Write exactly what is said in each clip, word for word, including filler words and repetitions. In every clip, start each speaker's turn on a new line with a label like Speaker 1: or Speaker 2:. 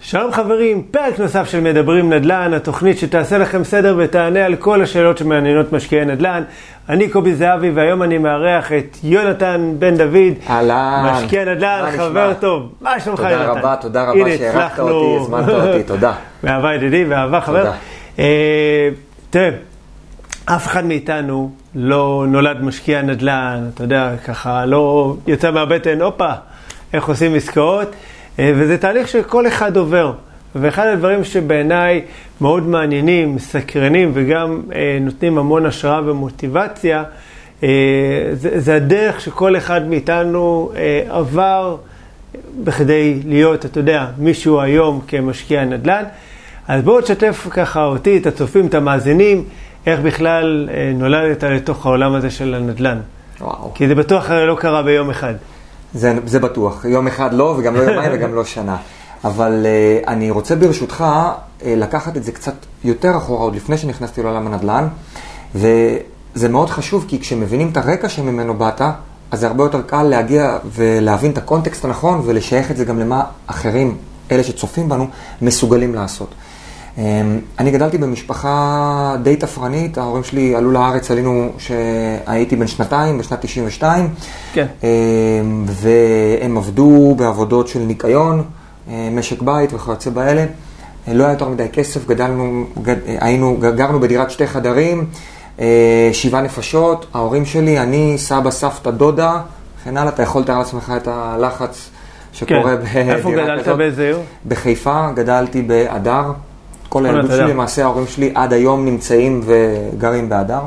Speaker 1: שלום חברים, פרק נוסף של מדברים נדל"ן, התוכנית שתעשה לכם סדר ותענה על כל השאלות שמעניינות משקיעי נדל"ן. אני קובי זהבי והיום אני מארח את יונתן בן דוד,
Speaker 2: אהלן,
Speaker 1: משקיע נדל"ן, חבר טוב. מה שלומך יונתן?
Speaker 2: תודה רבה, תודה רבה שהערכת אותי, הזמנת אותי, תודה.
Speaker 1: באהבה ידידי, באהבה חבר. תראה, אף אחד מאיתנו לא נולד משקיע נדל"ן, אתה יודע, ככה לא יוצא מהבטן, אופה, איך עושים עסקאות. וזה תהליך שכל אחד עובר, ואחד הדברים שבעיניי מאוד מעניינים, מסקרנים וגם אה, נותנים המון השראה ומוטיבציה, אה, זה, זה הדרך שכל אחד מאיתנו אה, עבר בכדי להיות, אתה יודע, מישהו היום כמשקיע נדל"ן. אז בואו תשתף ככה אותי, את הצופים, את המאזינים, איך בכלל אה, נולדת לתוך העולם הזה של הנדל"ן.
Speaker 2: וואו.
Speaker 1: כי זה בטוח לא קרה ביום אחד.
Speaker 2: זה, זה בטוח. יום אחד לא, וגם לא יומיים וגם לא שנה. אבל uh, אני רוצה ברשותך uh, לקחת את זה קצת יותר אחורה, עוד לפני שנכנסתי לעולם הנדל"ן. וזה מאוד חשוב, כי כשמבינים את הרקע שממנו באת, אז זה הרבה יותר קל להגיע ולהבין את הקונטקסט הנכון, ולשייך את זה גם למה אחרים, אלה שצופים בנו, מסוגלים לעשות. Um, אני גדלתי במשפחה די תפרנית, ההורים שלי עלו לארץ, עלינו שהייתי בן שנתיים, בשנת תשעים ושתיים,
Speaker 1: כן.
Speaker 2: um, והם עבדו בעבודות של ניקיון, uh, משק בית וכיוצא באלה. Uh, לא היה יותר מדי כסף, גדלנו, גד, uh, היינו, גרנו בדירת שתי חדרים, uh, שבעה נפשות, ההורים שלי, אני, סבא, סבתא, דודה, וכן הלאה, אתה יכול לתאר לעצמך את הלחץ שקורה
Speaker 1: כן.
Speaker 2: בדירה כזאת.
Speaker 1: איפה גדלת באיזה עיר?
Speaker 2: בחיפה, גדלתי באדר. כל הילדות שלי, למעשה ההורים שלי עד היום נמצאים וגרים באדר.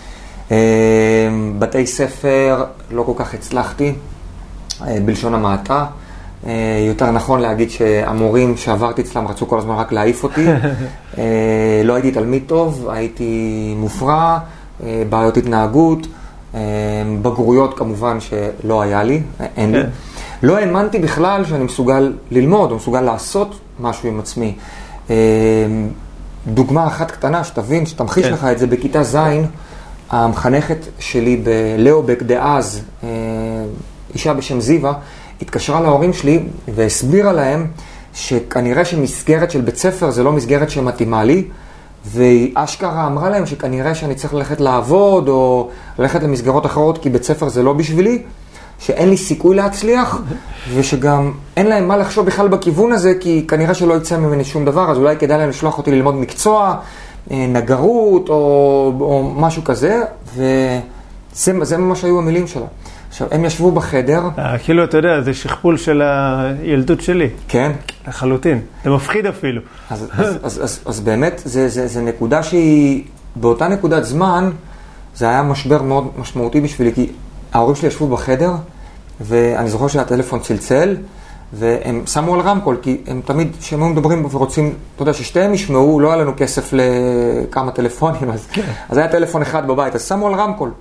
Speaker 2: בתי ספר לא כל כך הצלחתי, בלשון המעטה. יותר נכון להגיד שהמורים שעברתי אצלם רצו כל הזמן רק להעיף אותי. לא הייתי תלמיד טוב, הייתי מופרע, בעיות התנהגות, בגרויות כמובן שלא היה לי, אין לי. לא האמנתי בכלל שאני מסוגל ללמוד או מסוגל לעשות משהו עם עצמי. דוגמה אחת קטנה שתבין, שתמחיש לך את זה, בכיתה זין, המחנכת שלי בלאובק דאז, אישה בשם זיווה, התקשרה להורים שלי והסבירה להם שכנראה שמסגרת של בית ספר זה לא מסגרת שמתאימה לי, והיא אשכרה אמרה להם שכנראה שאני צריך ללכת לעבוד או ללכת למסגרות אחרות כי בית ספר זה לא בשבילי, שאין לי סיכוי להצליח, ושגם אין להם מה לחשוב בכלל בכיוון הזה, כי כנראה שלא יצא ממני שום דבר, אז אולי כדאי להם לשלוח אותי ללמוד מקצוע, נגרות או, או משהו כזה, וזה זה ממש היו המילים שלה. עכשיו, הם ישבו בחדר.
Speaker 1: כאילו, אתה יודע, זה שכפול של הילדות שלי.
Speaker 2: כן.
Speaker 1: לחלוטין. זה מפחיד אפילו.
Speaker 2: אז, אז, אז, אז, אז באמת, זה, זה, זה נקודה שהיא, באותה נקודת זמן, זה היה משבר מאוד משמעותי בשבילי, כי ההורים שלי ישבו בחדר, ואני זוכר שהטלפון צלצל, והם שמו על רמקול, כי הם תמיד, כשהם היו מדברים ורוצים, אתה יודע, ששתיהם ישמעו, לא היה לנו כסף לכמה טלפונים, אז, אז היה טלפון אחד בבית, אז שמו על רמקול.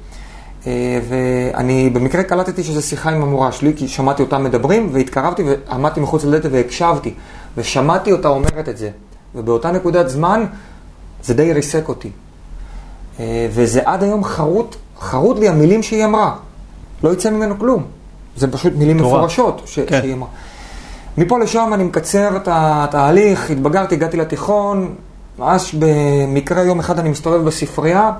Speaker 2: ואני במקרה קלטתי שזו שיחה עם המורה שלי, כי שמעתי אותם מדברים, והתקרבתי ועמדתי מחוץ לדלת והקשבתי, ושמעתי אותה אומרת את זה. ובאותה נקודת זמן, זה די ריסק אותי. וזה עד היום חרוט, חרוט לי המילים שהיא אמרה. לא יצא ממנו כלום. זה פשוט מילים תורה. מפורשות ש... כן. שהיא אמרה. מפה לשם אני מקצר את התהליך, התבגרתי, הגעתי לתיכון, אז במקרה יום אחד אני מסתובב בספרייה,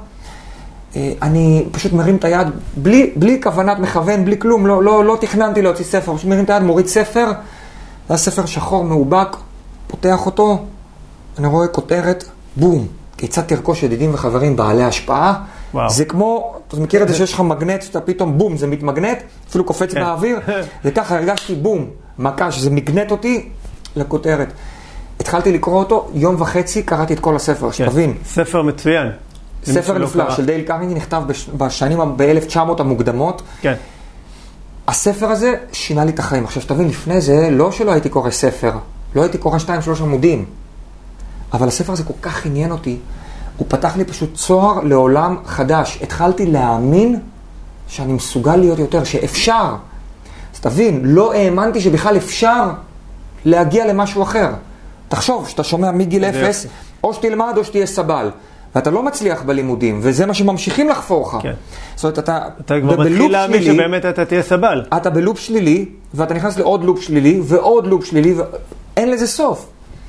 Speaker 2: אני פשוט מרים את היד, בלי, בלי כוונת מכוון, בלי כלום, לא, לא, לא תכננתי להוציא ספר, פשוט מרים את היד, מוריד ספר, זה ספר שחור מאובק, פותח אותו, אני רואה כותרת, בום, כיצד תרכוש ידידים וחברים בעלי השפעה. וואו. זה כמו, אתה מכיר את זה שיש לך מגנט, שאתה פתאום בום, זה מתמגנט, אפילו קופץ כן. באוויר, וככה הרגשתי בום, מכה, שזה מגנט אותי לכותרת. התחלתי לקרוא אותו, יום וחצי קראתי את כל הספר, כן. שתבין.
Speaker 1: ספר מצוין.
Speaker 2: ספר נפלא קרא. של דייל קרנגי, נכתב בש... בשנים ב-אלף תשע מאות המוקדמות.
Speaker 1: כן.
Speaker 2: הספר הזה שינה לי את החיים. עכשיו שתבין, לפני זה לא שלא הייתי קורא ספר, לא הייתי קורא שתיים שלוש עמודים, אבל הספר הזה כל כך עניין אותי, הוא פתח לי פשוט צוהר לעולם חדש. התחלתי להאמין שאני מסוגל להיות יותר, שאפשר. אז תבין, לא האמנתי שבכלל אפשר להגיע למשהו אחר. תחשוב, שאתה שומע מגיל אפס, או שתלמד או שתהיה סבל. ואתה לא מצליח בלימודים, וזה מה שממשיכים לחפור לך.
Speaker 1: כן.
Speaker 2: זאת אומרת, אתה,
Speaker 1: אתה כבר מתחיל להאמין שבאמת אתה תהיה סבל.
Speaker 2: אתה בלופ שלילי, ואתה נכנס לעוד לופ שלילי, ועוד לופ שלילי, ואין לזה סוף.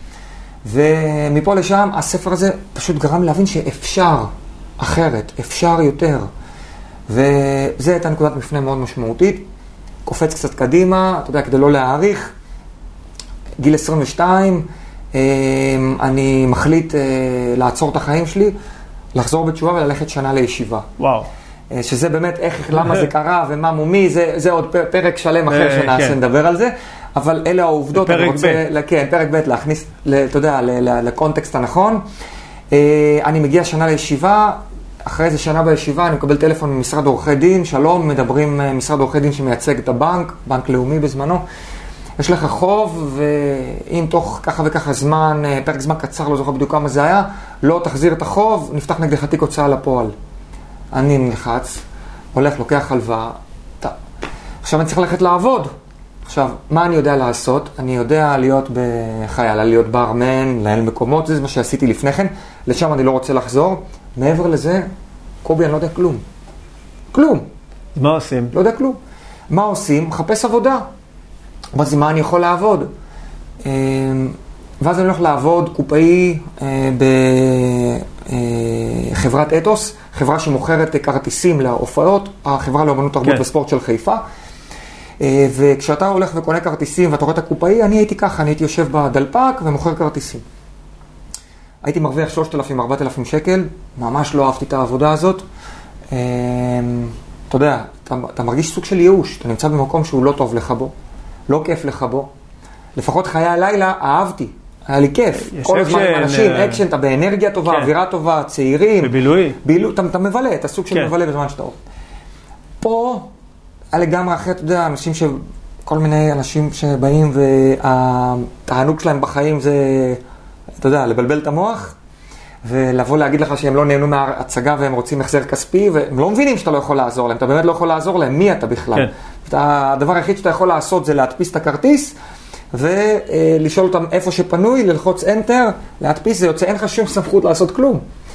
Speaker 2: ומפה לשם הספר הזה פשוט גרם להבין שאפשר אחרת, אפשר יותר. וזה הייתה נקודת מפנה מאוד משמעותית. קופץ קצת קדימה, אתה יודע, כדי לא להאריך. גיל עשרים ושתיים, אני מחליט לעצור את החיים שלי, לחזור בתשובה וללכת שנה לישיבה.
Speaker 1: וואו.
Speaker 2: שזה באמת איך, למה זה קרה ומה מומי, זה, זה עוד פרק שלם אחר שנעשה, כן. נדבר על זה. אבל אלה העובדות,
Speaker 1: אני
Speaker 2: רוצה, כן, פרק ב' להכניס, אתה יודע, לקונטקסט הנכון. אני מגיע שנה לישיבה, אחרי איזה שנה בישיבה אני מקבל טלפון ממשרד עורכי דין, שלום, מדברים משרד עורכי דין שמייצג את הבנק, בנק לאומי בזמנו. יש לך חוב, ואם תוך ככה וככה זמן, פרק זמן קצר, לא זוכר בדיוק כמה זה היה, לא תחזיר את החוב, נפתח נגדך תיק הוצאה לפועל. אני נלחץ, הולך, לוקח הלוואה. עכשיו אני צריך ללכת לעבוד. עכשיו, מה אני יודע לעשות? אני יודע להיות בחייל, להיות ברמן, לנהל מקומות, זה מה שעשיתי לפני כן. לשם אני לא רוצה לחזור. מעבר לזה, קובי, אני לא יודע כלום. כלום.
Speaker 1: מה עושים?
Speaker 2: לא יודע כלום. מה עושים? מחפש עבודה. אז מה אני יכול לעבוד? ואז אני הולך לעבוד קופאי בחברת אתוס, חברה שמוכרת כרטיסים להופעות, החברה לאומנות תרבות כן. וספורט של חיפה. וכשאתה הולך וקונה כרטיסים ואתה רואה את הקופאי, אני הייתי ככה, אני הייתי יושב בדלפק ומוכר כרטיסים. הייתי מרוויח שלושת אלפים עד ארבעת אלפים שקל, ממש לא אהבתי את העבודה הזאת. אתה יודע, אתה, אתה מרגיש סוג של ייאוש, אתה נמצא במקום שהוא לא טוב לך בו, לא כיף לך בו. לפחות חיי הלילה אהבתי, היה לי כיף. כל הזמן עם אנשים, אקשן, אתה באנרגיה טובה, כן. אווירה טובה, צעירים.
Speaker 1: בבילוי.
Speaker 2: בילו, אתה, אתה מבלה, אתה סוג של כן. מבלה בזמן שאתה עובד. פה, היה לגמרי אחרי, אתה יודע, אנשים ש... כל מיני אנשים שבאים והתענוג שלהם בחיים זה, אתה יודע, לבלבל את המוח, ולבוא להגיד לך שהם לא נהנו מההצגה והם רוצים החזר כספי, והם לא מבינים שאתה לא יכול לעזור להם, אתה באמת לא יכול לעזור להם, מי אתה בכלל? כן. הדבר היחיד שאתה יכול לעשות זה להדפיס את הכרטיס, ולשאול אותם איפה שפנוי, ללחוץ Enter, להדפיס, זה יוצא, אין לך שום סמכות לעשות כלום.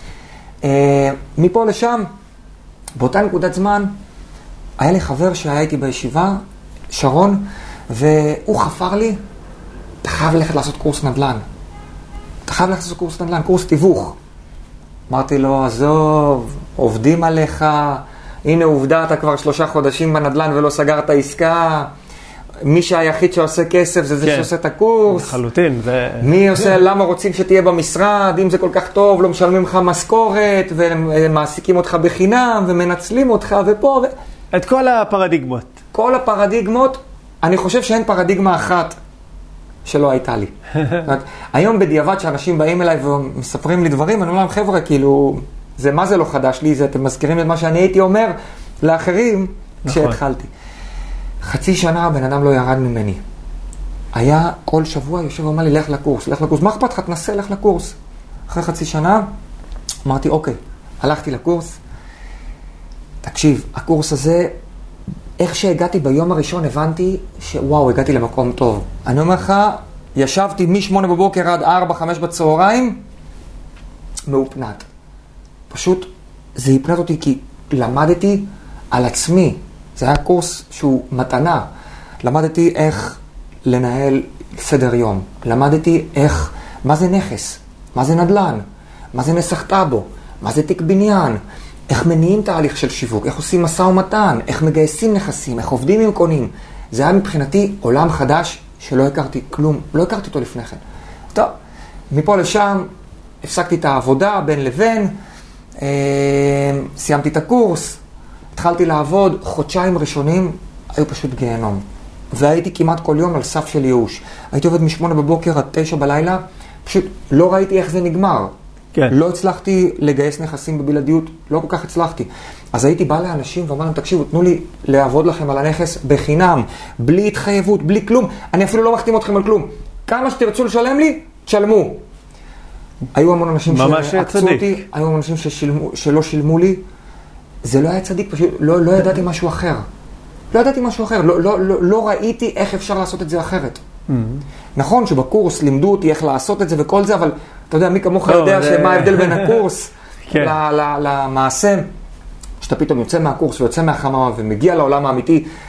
Speaker 2: מפה לשם, באותה נקודת זמן, היה לי חבר שהיה איתי בישיבה, שרון, והוא חפר לי, אתה חייב ללכת לעשות קורס נדל"ן. אתה חייב ללכת לעשות קורס נדל"ן, קורס תיווך. אמרתי לו, עזוב, עובדים עליך, הנה עובדה, אתה כבר שלושה חודשים בנדל"ן ולא סגרת עסקה, מי שהיחיד שעושה כסף זה זה כן. שעושה את הקורס.
Speaker 1: חלוטין. ו...
Speaker 2: מי עושה, למה רוצים שתהיה במשרד, אם זה כל כך טוב, לא משלמים לך משכורת, ומעסיקים אותך בחינם, ומנצלים אותך, ופה ו...
Speaker 1: את כל הפרדיגמות.
Speaker 2: כל הפרדיגמות, אני חושב שאין פרדיגמה אחת שלא הייתה לי. היום בדיעבד שאנשים באים אליי ומספרים לי דברים, אני אומר להם, חבר'ה, כאילו, זה מה זה לא חדש לי, זה אתם מזכירים את מה שאני הייתי אומר לאחרים כשהתחלתי. חצי שנה הבן אדם לא ירד ממני. היה כל שבוע יושב ואומר לי, לך לקורס, לך לקורס. מה אכפת לך? תנסה, לך לקורס. אחרי חצי שנה, אמרתי, אוקיי, הלכתי לקורס. תקשיב, הקורס הזה, איך שהגעתי ביום הראשון, הבנתי שוואו, הגעתי למקום טוב. אני אומר לך, ישבתי משמונה בבוקר עד ארבע, חמש בצהריים, מאופנת. פשוט, זה הפנת אותי כי למדתי על עצמי. זה היה קורס שהוא מתנה. למדתי איך לנהל סדר יום. למדתי איך, מה זה נכס, מה זה נדל"ן, מה זה נסח טאבו, מה זה תיק בניין, איך מניעים תהליך של שיווק, איך עושים מסע ומתן, איך מגייסים נכסים, איך עובדים עם קונים. זה היה מבחינתי עולם חדש שלא הכרתי כלום, לא הכרתי אותו לפני כן. טוב, מפה לשם הפסקתי את העבודה בין לבין, אה, סיימתי את הקורס, התחלתי לעבוד, חודשיים ראשונים היו פשוט גיהנום. והייתי כמעט כל יום על סף של ייאוש. הייתי עובד משמונה בבוקר עד תשע בלילה, פשוט לא ראיתי איך זה נגמר. כן. לא הצלחתי לגייס נכסים בבלעדיות, לא כל כך הצלחתי. אז הייתי בא לאנשים ואומר להם, תקשיבו, תנו לי לעבוד לכם על הנכס בחינם, בלי התחייבות, בלי כלום. אני אפילו לא מחתים אתכם על כלום. כמה שתרצו לשלם לי, תשלמו. היו המון אנשים שעקצו אותי, היו המון אנשים ששילמו, שלא שילמו לי. זה לא היה צדיק, פשוט לא, לא ידעתי משהו אחר. לא ידעתי משהו אחר, לא, לא, לא, לא ראיתי איך אפשר לעשות את זה אחרת. Mm-hmm. נכון שבקורס לימדו אותי איך לעשות את זה וכל זה, אבל אתה יודע, מי כמוך יודע זה... שמה ההבדל בין הקורס כן. למעשה, שאתה פתאום יוצא מהקורס ויוצא מהחממה ומגיע לעולם האמיתי,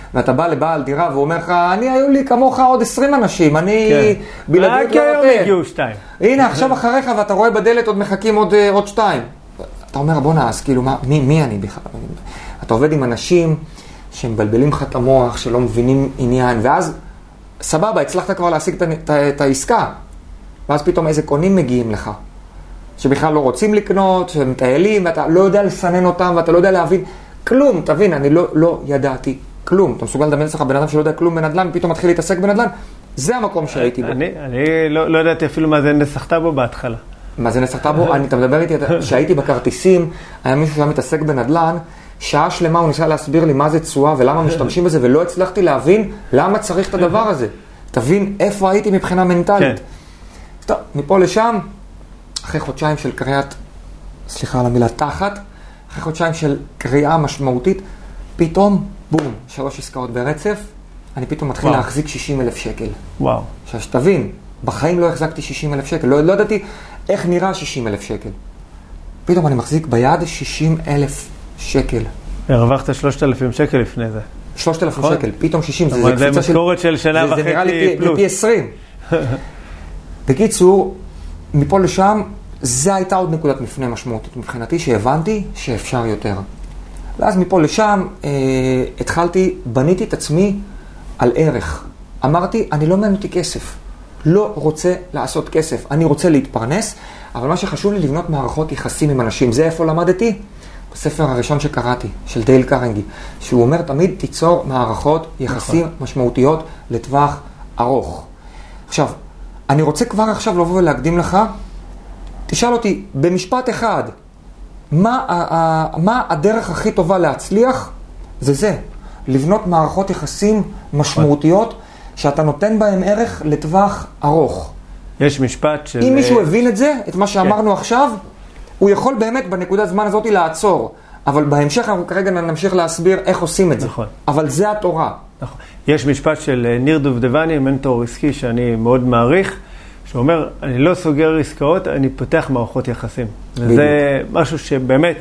Speaker 2: ואתה בא לבעל דירה והוא אומר לך, אני היו לי כמוך עוד עשרים אנשים, אני בלעדיות לא נותן.
Speaker 1: רק הגיעו שתיים.
Speaker 2: הנה, עכשיו אחריך ואתה רואה בדלת עוד מחכים עוד, עוד שתיים. אתה אומר, בוא נעש, כאילו, מה, מי, מי אני בכלל? אתה עובד עם אנשים שמבלבלים לך את המוח, שלא מבינים עניין, ואז, סבבה, הצלחת כבר להשיג את, את, את העסקה, ואז פתאום איזה קונים מגיעים לך, שבכלל לא רוצים לקנות, שהם מטיילים, ואתה לא יודע לסנן אותם, ואתה לא יודע להבין כלום, תבין, אני לא, לא ידעתי כלום. אתה מסוגל לדמיין לך בן אדם שלא יודע כלום בנדל"ן, פתאום מתחיל להתעסק בנדל"ן, זה המקום שהייתי בו.
Speaker 1: אני, אני לא, לא ידעתי אפילו מה זה נסחת בו בהתחלה.
Speaker 2: מה זה נסחת בו? אני, אתה מדבר איתי, שהייתי בכרטיסים, היה מישהו שהיה מתעסק בנדל"ן, שעה שלמה הוא ניסה להסביר לי מה זה תשואה ולמה משתמשים בזה, ולא הצלחתי להבין למה צריך את הדבר הזה. תבין איפה הייתי מבחינה מנטלית. טוב, מפה לשם, אחרי חודשיים של קריאת, סליחה על המילה תחת, אחרי חודשיים של קריאה משמעותית, פתאום, בום, שלוש עסקאות ברצף, אני פתאום מתחיל וואו. להחזיק שישים אלף שקל.
Speaker 1: וואו.
Speaker 2: עכשיו, שתבין, בחיים לא החזקתי שישים אלף שקל, לא, לא ידעתי איך נראה שישים אלף שקל. פתאום אני מחזיק ביד שישים אלף שקל.
Speaker 1: הרווחת שלושת אלפים שקל לפני זה.
Speaker 2: שלושת אלפים שקל, פתאום שישים,
Speaker 1: זה, זה משכורת של שנה וחצי פלוס.
Speaker 2: זה נראה לי פי, פי עשרים. בקיצור, מפה לשם, זה הייתה עוד נקודת מפנה משמעותית מבחינתי, שהבנתי שאפשר יותר. ואז מפה לשם, אה, התחלתי, בניתי את עצמי על ערך. אמרתי, אני לא מעניין אותי כסף. לא רוצה לעשות כסף. אני רוצה להתפרנס, אבל מה שחשוב לי לבנות מערכות יחסים עם אנשים. זה איפה למדתי? בספר הראשון שקראתי, של דייל קרנגי, שהוא אומר תמיד תיצור מערכות יחסים נכון. משמעותיות לטווח ארוך. עכשיו, אני רוצה כבר עכשיו לבוא ולהקדים לך, תשאל אותי במשפט אחד, מה, מה הדרך הכי טובה להצליח? זה זה, לבנות מערכות יחסים משמעותיות, שאתה נותן בהם ערך לטווח ארוך.
Speaker 1: יש משפט של...
Speaker 2: אם מישהו הבין את זה, את מה שאמרנו כן. עכשיו, הוא יכול באמת בנקודת זמן הזאת לעצור, אבל בהמשך אנחנו כרגע נמשיך להסביר איך עושים את זה. נכון. אבל זה התורה.
Speaker 1: נכון. יש משפט של ניר דובדבני, מנטור עסקי שאני מאוד מעריך, שאומר, אני לא סוגר עסקאות, אני פותח מערכות יחסים. בדיוק. וזה משהו שבאמת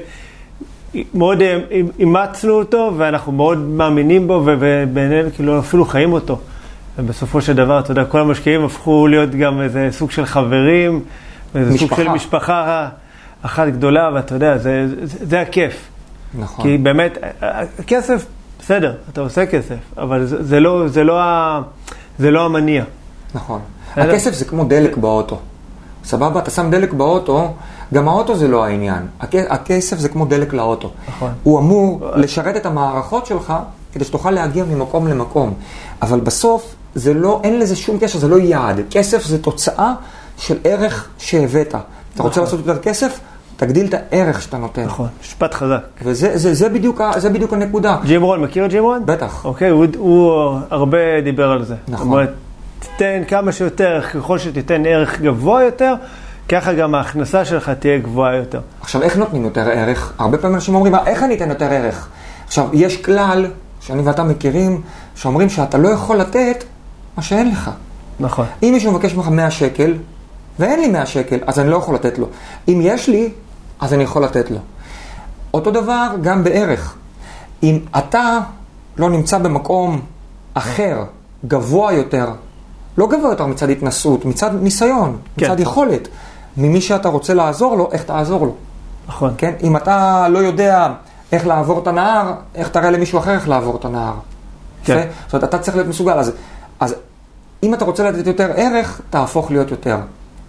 Speaker 1: מאוד אימצנו אותו, ואנחנו מאוד מאמינים בו, ובינינו כאילו אפילו חיים אותו. ובסופו של דבר, אתה יודע, כל המשקיעים הפכו להיות גם איזה סוג של חברים, איזה משפחה. סוג של משפחה אחת גדולה, ואתה יודע, זה, זה, זה הכיף.
Speaker 2: נכון.
Speaker 1: כי באמת, הכסף, בסדר, אתה עושה כסף, אבל זה, זה לא, זה לא, ה, זה לא המניע.
Speaker 2: נכון. הכסף זה כמו דלק באוטו. סבבה, אתה שם דלק באוטו, גם האוטו זה לא העניין. הכסף זה כמו דלק לאוטו.
Speaker 1: נכון.
Speaker 2: הוא אמור לשרת את המערכות שלך, כדי שתוכל להגיע ממקום למקום. אבל בסוף, זה לא, אין לזה שום קשר, זה לא יעד. כסף זה תוצאה של ערך שהבאת. אתה רוצה לעשות יותר כסף? תגדיל את הערך שאתה נותן.
Speaker 1: נכון, משפט חזק.
Speaker 2: וזה זה, זה בדיוק, זה בדיוק הנקודה.
Speaker 1: ג'ים רון, מכיר את ג'ים רון?
Speaker 2: בטח.
Speaker 1: אוקיי, הוא, הוא הרבה דיבר על זה.
Speaker 2: נכון.
Speaker 1: זאת אומרת, תתן כמה שיותר, ככל שתיתן ערך גבוה יותר, ככה גם ההכנסה שלך תהיה גבוהה יותר.
Speaker 2: עכשיו, איך נותנים יותר ערך? הרבה פעמים אנשים אומרים, איך אני אתן יותר ערך? עכשיו, יש כלל שאני ואתה מכירים, שאומרים שאתה לא יכול לתת מה שאין לך.
Speaker 1: נכון.
Speaker 2: אם מישהו מבקש ממך מאה שקל, ואין לי מאה שקל, אז אני לא יכול לתת לו. אם יש לי, אז אני יכול לתת לו. אותו דבר גם בערך. אם אתה לא נמצא במקום אחר, גבוה יותר, לא גבוה יותר מצד התנסות, מצד ניסיון, כן. מצד יכולת, ממי שאתה רוצה לעזור לו, איך תעזור לו.
Speaker 1: נכון.
Speaker 2: כן? אם אתה לא יודע איך לעבור את הנהר, איך תראה למישהו אחר איך לעבור את הנהר. כן. זאת אומרת, אתה צריך להיות מסוגל. אז, אז אם אתה רוצה לתת יותר ערך, תהפוך להיות יותר.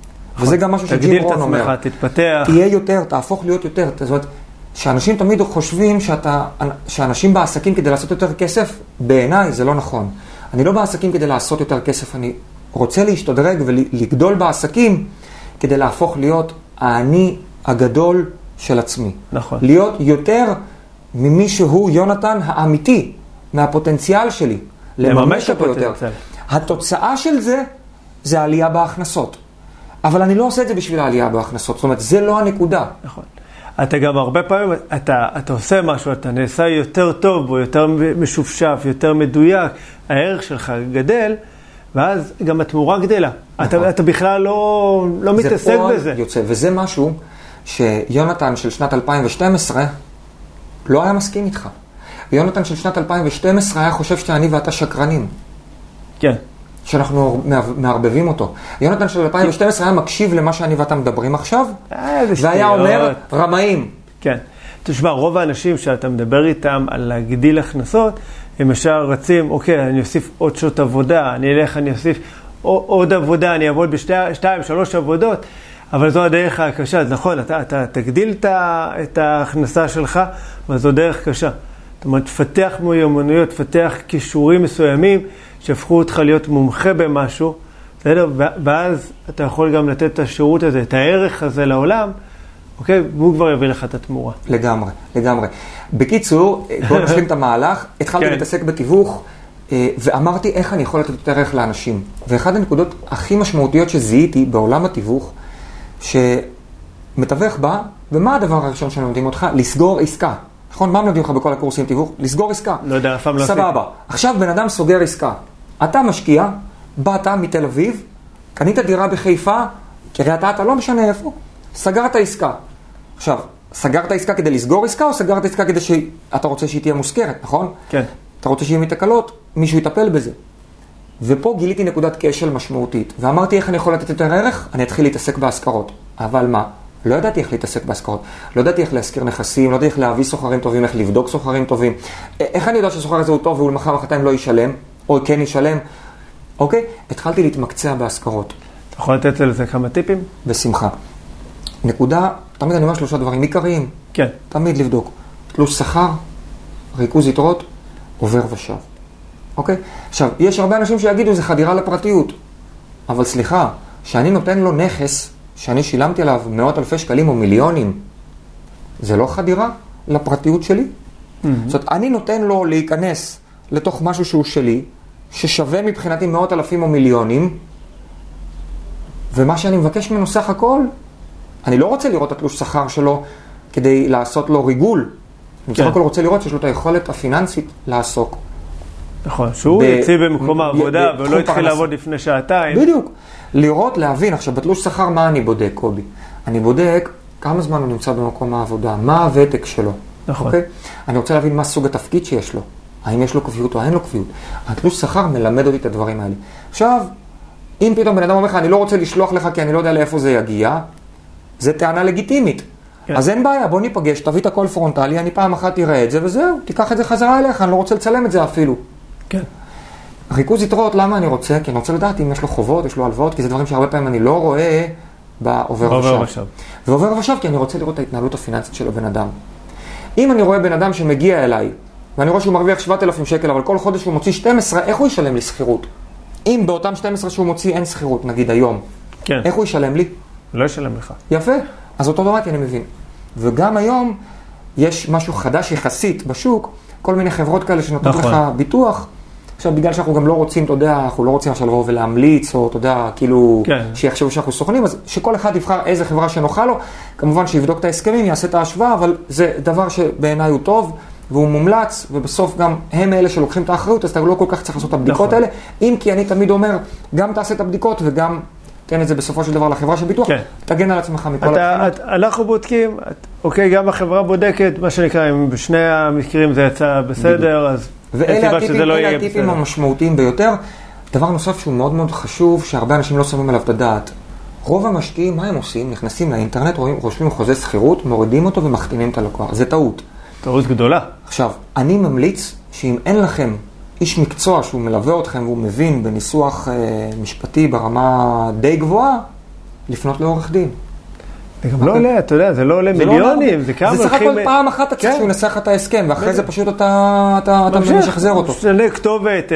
Speaker 2: וזה גם משהו שג'ים רון אומר.
Speaker 1: תגדיל את עצמך, תתפתח.
Speaker 2: תהיה יותר, תהפוך להיות יותר. זאת אומרת, שאנשים תמיד חושבים שאתה, שאנשים בעסקים כדי לעשות יותר כסף, בעיניי זה לא נכון. אני לא בעסקים כדי לעשות יותר כסף, אני רוצה להשתדרג ולגדול בעסקים כדי להפוך להיות האני הגדול של עצמי.
Speaker 1: נכון.
Speaker 2: להיות יותר ממי שהוא יונתן האמיתי, מהפוטנציאל שלי. לממש אותו יותר. התוצאה של זה, זה העלייה בהכנסות. אבל אני לא עושה את זה בשביל העלייה בהכנסות. זאת אומרת, זה לא הנקודה.
Speaker 1: נכון. אתה גם הרבה פעמים, אתה, אתה עושה משהו, אתה נעשה יותר טוב בו, יותר משופשף, יותר מדויק, הערך שלך גדל, ואז גם התמורה גדלה. נכון. אתה, אתה בכלל לא, לא מתעסק בזה.
Speaker 2: יוצא, וזה משהו שיונתן של שנת אלפיים ושתים עשרה לא היה מסכים איתך. ויונתן של שנת אלפיים ושתים עשרה היה חושב שאני ואתה שקרנים.
Speaker 1: כן.
Speaker 2: שאנחנו מערבבים אותו. יונתן של אלפיים ושתים עשרה היה מקשיב למה שאני ואתה מדברים עכשיו, והיה אומר רמאים.
Speaker 1: כן. תשמע, רוב האנשים שאתה מדבר איתם על להגדיל הכנסות, הם ישר רצים, אוקיי, אני אוסיף עוד שעות עבודה, אני אלך, אני אוסיף עוד עבודה, אני אעבוד בשתיים, שלוש עבודות, אבל זו הדרך הקשה. אז נכון, אתה, אתה תגדיל את ההכנסה שלך, אבל זו דרך קשה. זאת אומרת, תפתח מיומנויות, תפתח כישורים מסוימים, שהפכו אותך להיות מומחה במשהו, בסדר? ואז אתה יכול גם לתת את השירות הזה, את הערך הזה לעולם, אוקיי? והוא כבר יביא לך את התמורה.
Speaker 2: לגמרי, לגמרי. בקיצור, בואו נשלים את המהלך. התחלתי
Speaker 1: כן.
Speaker 2: להתעסק בתיווך, ואמרתי איך אני יכול לתת יותר ערך לאנשים. ואחת הנקודות הכי משמעותיות שזיהיתי בעולם התיווך, שמתווך בה, ומה הדבר הראשון שלומדים אותך? לסגור עסקה. נכון? מה מלמדים לך בכל הקורסים תיווך? לסגור עסקה.
Speaker 1: לא יודע, אף פעם לא עשיתי.
Speaker 2: סבבה. עכשיו בן אדם סוגר עסקה. אתה משקיע, באת מתל אביב, קנית דירה בחיפה, קריית אתא, לא משנה איפה, סגרת עסקה. עכשיו, סגרת עסקה כדי לסגור עסקה, או סגרת עסקה כדי שאתה רוצה שהיא תהיה מוזכרת, נכון?
Speaker 1: כן.
Speaker 2: אתה רוצה שיהיה מתקלות, מישהו יטפל בזה. ופה גיליתי נקודת כשל משמעותית, ואמרתי איך אני יכול לתת יותר ערך, אני אתחיל להתעסק בהשכרות. אבל מה? לא ידעתי איך להתעסק בהשכרות. לא ידעתי איך להזכיר נכסים, לא ידעתי איך להביא סוחרים טובים, איך לבדוק סוחרים טובים. איך אני יודע שהסוחר הזה הוא טוב והוא למחר מחרתיים לא ישלם, או כן ישלם? אוקיי? התחלתי להתמקצע בהשכרות.
Speaker 1: אתה יכול לתת לזה כמה טיפים?
Speaker 2: בשמחה. נקודה, תמיד אני אומר שלושה דברים עיקריים.
Speaker 1: כן.
Speaker 2: תמיד לבדוק. תלוש שכר, ריכוז יתרות, עובר ושב. אוקיי? עכשיו, יש הרבה אנשים שיגידו זה חדירה לפרטיות. אבל סליחה, שאני נותן לו נכס, שאני שילמתי עליו מאות אלפי שקלים או מיליונים, זה לא חדירה לפרטיות שלי? Mm-hmm. זאת אומרת, אני נותן לו להיכנס לתוך משהו שהוא שלי, ששווה מבחינתי מאות אלפים או מיליונים, ומה שאני מבקש ממנו סך הכל, אני לא רוצה לראות את התלוש שכר שלו כדי לעשות לו ריגול. אני סך הכל רוצה לראות שיש לו את היכולת הפיננסית לעסוק.
Speaker 1: נכון, שהוא יצא במקום העבודה ולא התחיל לעבוד לפני שעתיים.
Speaker 2: בדיוק. לראות, להבין. עכשיו, בתלוש שכר מה אני בודק, קובי? אני בודק כמה זמן הוא נמצא במקום העבודה, מה הוותק שלו.
Speaker 1: נכון.
Speaker 2: אני רוצה להבין מה סוג התפקיד שיש לו. האם יש לו קביעות או אין לו קביעות. התלוש שכר מלמד אותי את הדברים האלה. עכשיו, אם פתאום בן אדם אומר לך, אני לא רוצה לשלוח לך כי אני לא יודע לאיפה זה יגיע, זה טענה לגיטימית. כן. אז אין בעיה, בוא ניפגש, תביא את הכל פרונטלי, אני פעם אחת תראה את זה וזהו, תיקח את זה חזרה אליך, אני לא רוצה לצלם את זה אפילו.
Speaker 1: כן.
Speaker 2: ריכוז יתרות, למה אני רוצה? כי אני רוצה לדעת אם יש לו חובות, יש לו הלוואות, כי זה דברים שהרבה פעמים אני לא רואה בעובר ושב. ועובר ושב כי אני רוצה לראות את ההתנהלות הפיננסית של הבן אדם. אם אני רואה בן אדם שמגיע אליי, ואני רואה שהוא מרוויח שבעת אלפים שקל, אבל כל חודש הוא מוציא שתים עשרה, איך הוא ישלם לי שכירות? אם באותם שתים עשרה שהוא מוציא אין שכירות, נגיד היום,
Speaker 1: כן.
Speaker 2: איך הוא ישלם לי?
Speaker 1: לא ישלם לך.
Speaker 2: יפה, אז אותו דבר אני מבין. וגם היום יש משהו חדש יחסית בשוק, כל מיני חברות כאלה שנותנות
Speaker 1: נכון.
Speaker 2: לך ביטוח, עכשיו בגלל שאנחנו גם לא רוצים, אתה יודע, אנחנו לא רוצים עכשיו לבוא ולהמליץ, או אתה יודע, כאילו,
Speaker 1: כן.
Speaker 2: שיחשבו שאנחנו סוכנים, אז שכל אחד יבחר איזה חברה שנוחה לו, כמובן שיבדוק את ההסכמים, יעשה את ההשוואה, אבל זה דבר שבעיניי הוא טוב, והוא מומלץ, ובסוף גם הם אלה שלוקחים את האחריות, אז אתה לא כל כך צריך לעשות את הבדיקות נכון. האלה, אם כי אני תמיד אומר, גם תעשה את הבדיקות וגם תן את זה בסופו של דבר לחברה של ביטוח, כן. תגן על עצמך מכל
Speaker 1: הבחינות. אנחנו בודקים, את, אוקיי, גם החברה בודקת, מה שנקרא, אם בשני המקרים זה יצא בסדר, אז אין סיבה שזה לא יהיה בסדר. ואלה הטיפים
Speaker 2: המשמעותיים ביותר. דבר נוסף שהוא מאוד מאוד חשוב, שהרבה אנשים לא שמים עליו את הדעת. רוב המשקיעים, מה הם עושים? נכנסים לאינטרנט, רואים, רושמים חוזה שכירות, מורידים אותו ומחתימים את הלקוח. זה טעות.
Speaker 1: טעות גדולה.
Speaker 2: עכשיו, אני ממליץ שאם אין לכם איש מקצוע שהוא מלווה אתכם והוא מבין בניסוח אה, משפטי ברמה די גבוהה, לפנות לעורך דין.
Speaker 1: זה גם לא עולה, אתה יודע, זה לא עולה מיליונים, זה כמה...
Speaker 2: זה סך הכל פעם אחת אתה צריך שהוא ינסח את ההסכם, ואחרי זה פשוט אתה משחזר אותו.
Speaker 1: משנה כתובת,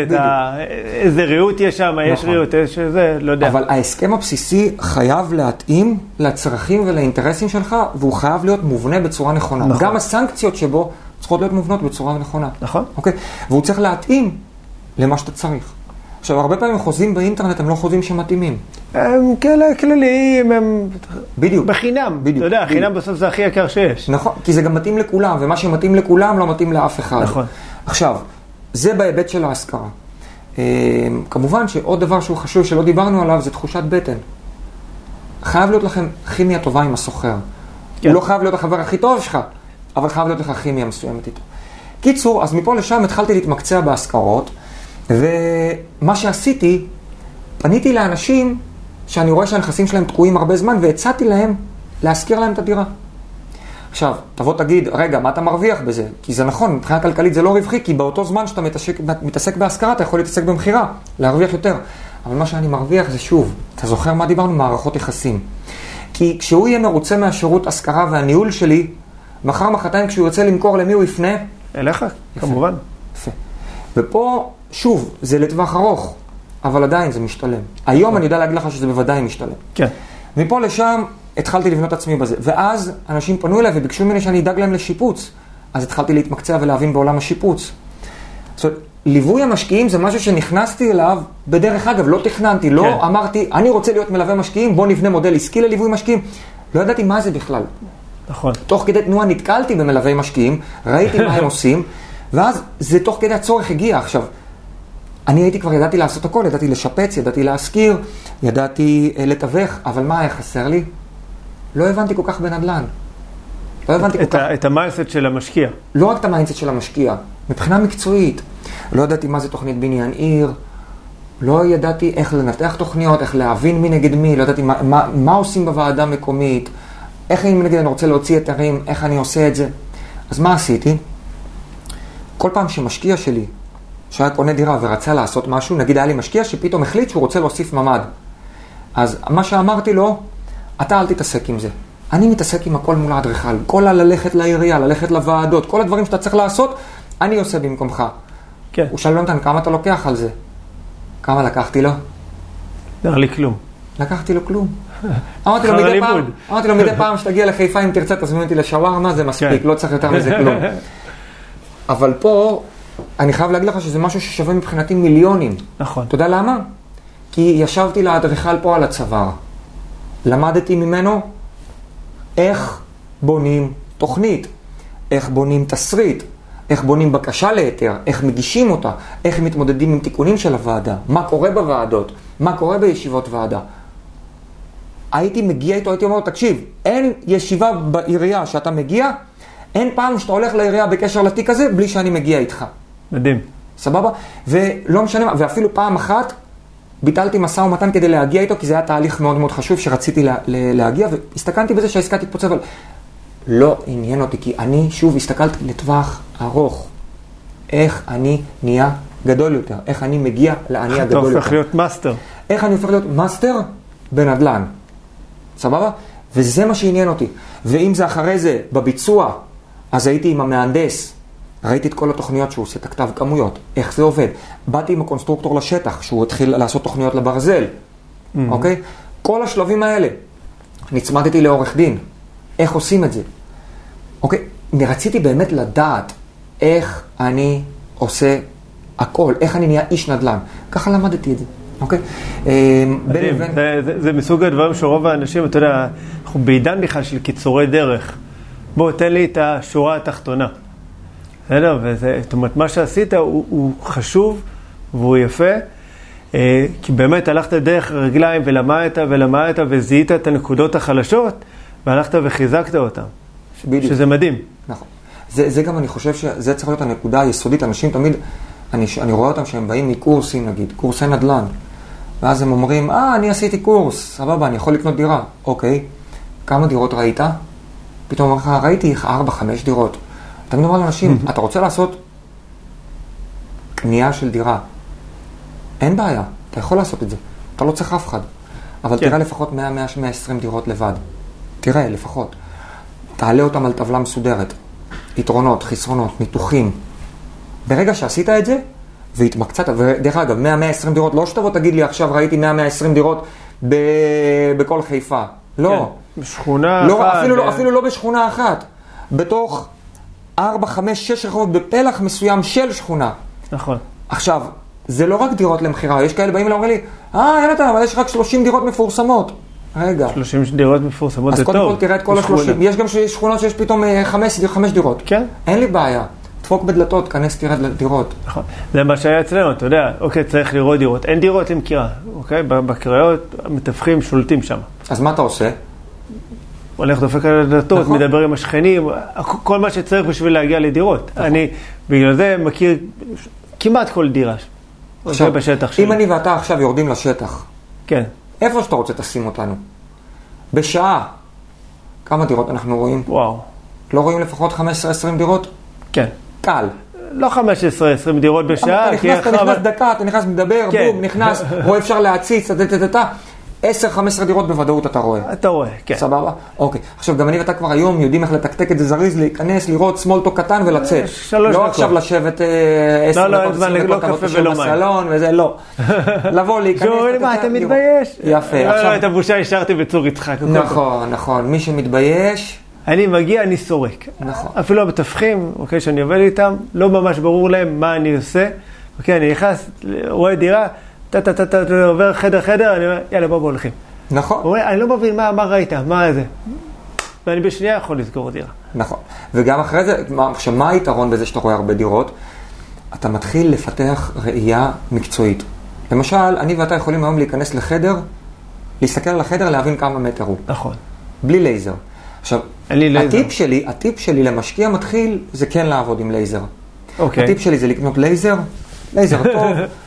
Speaker 1: איזה ריהוט יש שם, יש ריהוט, יש זה, לא יודע.
Speaker 2: אבל ההסכם הבסיסי חייב להתאים לצרכים ולאינטרסים שלך, והוא חייב להיות מובנה בצורה נכונה. גם הסנקציות שבו צריכות להיות מובנות בצורה נכונה.
Speaker 1: נכון.
Speaker 2: אוקיי? והוא צריך להתאים למה שאתה צריך. עכשיו, הרבה פעמים חוזים באינטרנט הם לא חוזים שמתאימים.
Speaker 1: הם כאלה כלליים, הם...
Speaker 2: בדיוק.
Speaker 1: בחינם.
Speaker 2: בדיוק.
Speaker 1: אתה יודע, חינם בסוף זה הכי יקר שיש.
Speaker 2: נכון, כי זה גם מתאים לכולם, ומה שמתאים לכולם לא מתאים לאף אחד.
Speaker 1: נכון.
Speaker 2: עכשיו, זה בהיבט של ההשכרה. כמובן שעוד דבר שהוא חשוב שלא דיברנו עליו, זה תחושת בטן. חייב להיות לכם כימיה טובה עם הסוחר. הוא לא חייב להיות החבר הכי טוב שלך, אבל חייב להיות לך כימיה מסוימת איתו. קיצור, אז מפה לשם התחלתי להתמקצע בהשכרות, ומה שעשיתי, פניתי לאנשים שאני רואה שהנכסים שלהם תקועים הרבה זמן, והצעתי להם להשכיר להם את הדירה. עכשיו, תבוא תגיד, רגע, מה אתה מרוויח בזה? כי זה נכון, מבחינה כלכלית זה לא רווחי, כי באותו זמן שאתה מתעסק, מתעסק בהשכרה, אתה יכול להתעסק במחירה, להרוויח יותר. אבל מה שאני מרוויח זה שוב, אתה זוכר מה דיברנו? מערכות יחסים. כי כשהוא יהיה מרוצה מהשירות השכרה והניהול שלי, מחר מחרתיים כשהוא ירצה למכור, למי הוא יפנה?
Speaker 1: אליך, כמובן.
Speaker 2: יפה. ופה, שוב, זה לטווח ארוך, אבל עדיין זה משתלם. היום אני יודע להגיד לך שזה בוודאי משתלם.
Speaker 1: כן.
Speaker 2: מפה לשם התחלתי לבנות עצמי בזה. ואז אנשים פנו אליי וביקשו ממני שאני אדאג להם לשיפוץ. אז התחלתי להתמקצע ולהבין בעולם השיפוץ. זאת אומרת, ליווי המשקיעים זה משהו שנכנסתי אליו בדרך אגב, לא תכננתי, לא כן. אמרתי, אני רוצה להיות מלווה משקיעים, בוא נבנה מודל עסקי לליווי משקיעים. לא ידעתי מה זה בכלל.
Speaker 1: נכון.
Speaker 2: תוך כדי תנועה נתקלתי במלווי משקיעים, ראיתי מה הם עושים, ואז זה תוך כדי הצורך הגיע. עכשיו, אני הייתי כבר, ידעתי לעשות הכל, ידעתי לשפץ, ידעתי להשכיר, ידעתי לתווך, אבל מה היה חסר לי? לא הבנתי כל כך בנדל"ן. לא הבנתי כל
Speaker 1: את,
Speaker 2: כך...
Speaker 1: את המיינדסט של המשקיע.
Speaker 2: לא רק את המיינדסט של המשקיע, מבחינה מקצועית. לא ידעתי מה זה תוכנית בניין עיר, לא ידעתי איך לנתח תוכניות, איך להבין מי נגד מי, לא ידעתי מה, מה, מה עושים בוועדה מקומית, איך אם נגיד אני רוצה להוציא היתרים, איך אני עושה את זה. אז מה עשיתי? כל פעם שמשקיע שלי, שהיה קונה דירה ורצה לעשות משהו, נגיד היה לי משקיע שפתאום החליט שהוא רוצה להוסיף ממד. אז מה שאמרתי לו, אתה אל תתעסק עם זה. אני מתעסק עם הכל מול האדריכל. כל הללכת לעירייה, ללכת לוועדות, כל הדברים שאתה צריך לעשות, אני עושה במקומך.
Speaker 1: כן.
Speaker 2: הוא שאל אותנו, כמה אתה לוקח על זה? כמה לקחתי לו?
Speaker 1: לא לי כלום.
Speaker 2: לקחתי לו כלום. אמרתי לו מדי פעם, אמרתי לו מדי פעם שתגיע לחיפה אם תרצה, תזמין אותי לשווארמה, זה מספיק, לא צריך יותר מזה כלום. אבל פה, אני חייב להגיד לך שזה משהו ששווה מבחינתי מיליונים.
Speaker 1: נכון.
Speaker 2: אתה יודע למה? כי ישבתי לאדריכל פה על הצוואר. למדתי ממנו איך בונים תוכנית, איך בונים תסריט, איך בונים בקשה להיתר, איך מגישים אותה, איך מתמודדים עם תיקונים של הוועדה, מה קורה בוועדות, מה קורה בישיבות ועדה. הייתי מגיע איתו, הייתי אומר, תקשיב, אין ישיבה בעירייה שאתה מגיע, אין פעם שאתה הולך לעירייה בקשר לתיק הזה, בלי שאני מגיע איתך.
Speaker 1: מדהים.
Speaker 2: סבבה? ולא משנה מה, ואפילו פעם אחת, ביטלתי מסע ומתן כדי להגיע איתו, כי זה היה תהליך מאוד מאוד חשוב שרציתי לה, להגיע, והסתכנתי בזה שהעסקה תתפוצץ, אבל לא עניין אותי, כי אני שוב הסתכלתי לטווח ארוך. איך אני נהיה גדול יותר, איך אני מגיע לעני הגדול יותר.
Speaker 1: אתה הופך להיות מאסטר.
Speaker 2: איך אני הופך להיות מאסטר בנדל"ן. סבבה? וזה מה שעניין אותי. ואם זה אחרי זה בביצוע, אז הייתי עם המהנדס, ראיתי את כל התוכניות שהוא עושה, את הכתב כמויות, איך זה עובד. באתי עם הקונסטרוקטור לשטח, שהוא התחיל לעשות תוכניות לברזל. Mm-hmm. אוקיי? כל השלבים האלה. נצמדתי לעורך דין. איך עושים את זה? אוקיי? רציתי באמת לדעת איך אני עושה הכל, איך אני נהיה איש נדל"ן. ככה למדתי את זה. אוקיי?
Speaker 1: מדהים. זה, זה, זה מסוג הדברים שרוב האנשים, אתה יודע, אנחנו בעידן בכלל של קיצורי דרך. בוא, תן לי את השורה התחתונה. בסדר? וזה, זאת אומרת, מה שעשית הוא, הוא חשוב והוא יפה, אה, כי באמת הלכת דרך רגליים ולמדת ולמדת וזיהית את הנקודות החלשות, והלכת וחיזקת אותן. בדיוק. שזה מדהים.
Speaker 2: נכון. זה, זה גם אני חושב שזה צריך להיות הנקודה היסודית. אנשים תמיד, אני, אני רואה אותם שהם באים מקורסים, נגיד, קורסי נדל"ן, ואז הם אומרים, אה, אני עשיתי קורס, סבבה, אני יכול לקנות דירה. אוקיי, כמה דירות ראית? פתאום אומר לך, ראיתי ארבע, חמש דירות. תמיד אומר לאנשים, אתה רוצה לעשות קנייה של דירה? אין בעיה, אתה יכול לעשות את זה. אתה לא צריך אף אחד. אבל תראה לפחות מאה, מאה ועשרים דירות לבד. תראה, לפחות. תעלה אותם על טבלה מסודרת. יתרונות, חסרונות, ניתוחים. ברגע שעשית את זה, והתמקצת, ודרך אגב, מאה, מאה ועשרים דירות, לא שתבוא תגיד לי עכשיו ראיתי מאה, מאה ועשרים דירות ב... בכל חיפה. לא.
Speaker 1: כן, בשכונה
Speaker 2: לא,
Speaker 1: אחת.
Speaker 2: אפילו,
Speaker 1: ב...
Speaker 2: לא, אפילו לא בשכונה אחת. בתוך ארבע, חמש, שש רחובות בפלח מסוים של שכונה.
Speaker 1: נכון.
Speaker 2: עכשיו, זה לא רק דירות למחירה, יש כאלה באים אליי ואומרים לי, אה, אין אתה, אבל יש רק שלושים דירות מפורסמות. רגע.
Speaker 1: שלושים דירות מפורסמות זה טוב.
Speaker 2: אז קודם כל תראה את כל ה-שלושים. יש גם שכונות שיש פתאום חמש, חמש דירות.
Speaker 1: כן.
Speaker 2: אין לי בעיה. דפוק בדלתות, כנס תראה דירות.
Speaker 1: נכון. זה מה שהיה אצלנו, אתה יודע, אוקיי, צריך לראות דירות. אין דירות למכירה, אוקיי? בקריות, המתווכים שולטים שם.
Speaker 2: אז מה אתה עושה?
Speaker 1: הולך דופק על הדלתות, נכון. מדבר עם השכנים, כל מה שצריך בשביל להגיע לדירות. נכון. אני בגלל זה מכיר כמעט כל דירה.
Speaker 2: עכשיו,
Speaker 1: בשטח
Speaker 2: אם אני ואתה עכשיו יורדים לשטח,
Speaker 1: כן.
Speaker 2: איפה שאתה רוצה תשים אותנו? בשעה, כמה דירות אנחנו רואים?
Speaker 1: וואו.
Speaker 2: לא רואים לפחות חמש עשרה עשרים דירות?
Speaker 1: כן.
Speaker 2: קל.
Speaker 1: לא חמש עשרה עשרים דירות בשעה.
Speaker 2: אתה נכנס, אתה נכנס דקה, אתה נכנס מדבר, בום, נכנס, רואה אפשר להציץ, עשר חמש עשרה דירות בוודאות אתה רואה.
Speaker 1: אתה רואה, כן.
Speaker 2: סבבה? אוקיי. עכשיו, גם אני ואתה כבר היום יודעים איך לתקתק את זה זריז, להיכנס, לראות סמולטו קטן ולצאת.
Speaker 1: שלוש
Speaker 2: לא עכשיו לשבת עשר דקות, עשרים דקות, אתה רוצה בסלון וזה, לא. לבוא, להיכנס.
Speaker 1: שואל, מה, אתה מתבייש?
Speaker 2: יפה.
Speaker 1: לא, את הבושה השארתי בצור יצחק.
Speaker 2: נכון, נכון. מי שמתבייש...
Speaker 1: אני מגיע, אני סורק.
Speaker 2: נכון.
Speaker 1: אפילו המתווכים, אוקיי, שאני עובד איתם, לא ממש ברור להם מה אני עושה. אוקיי, אני נכנס, רואה דירה, טה טה טה טה, עובר חדר חדר, אני אומר, יאללה, בוא בוא הולכים.
Speaker 2: נכון.
Speaker 1: הוא אומר, אני לא מבין מה, מה ראית, מה זה. ואני בשנייה יכול לסגור דירה.
Speaker 2: נכון. וגם אחרי זה, עכשיו, מה היתרון בזה שאתה רואה הרבה דירות? אתה מתחיל לפתח ראייה מקצועית. למשל, אני ואתה יכולים היום להיכנס לחדר, להסתכל על החדר, להבין כמה מטר הוא.
Speaker 1: נכון.
Speaker 2: בלי לייזר. עכשיו, הטיפ שלי, הטיפ שלי למשקיע מתחיל, זה כן לעבוד עם לייזר.
Speaker 1: אוקיי.
Speaker 2: הטיפ שלי זה לקנות לייזר, לייזר טוב,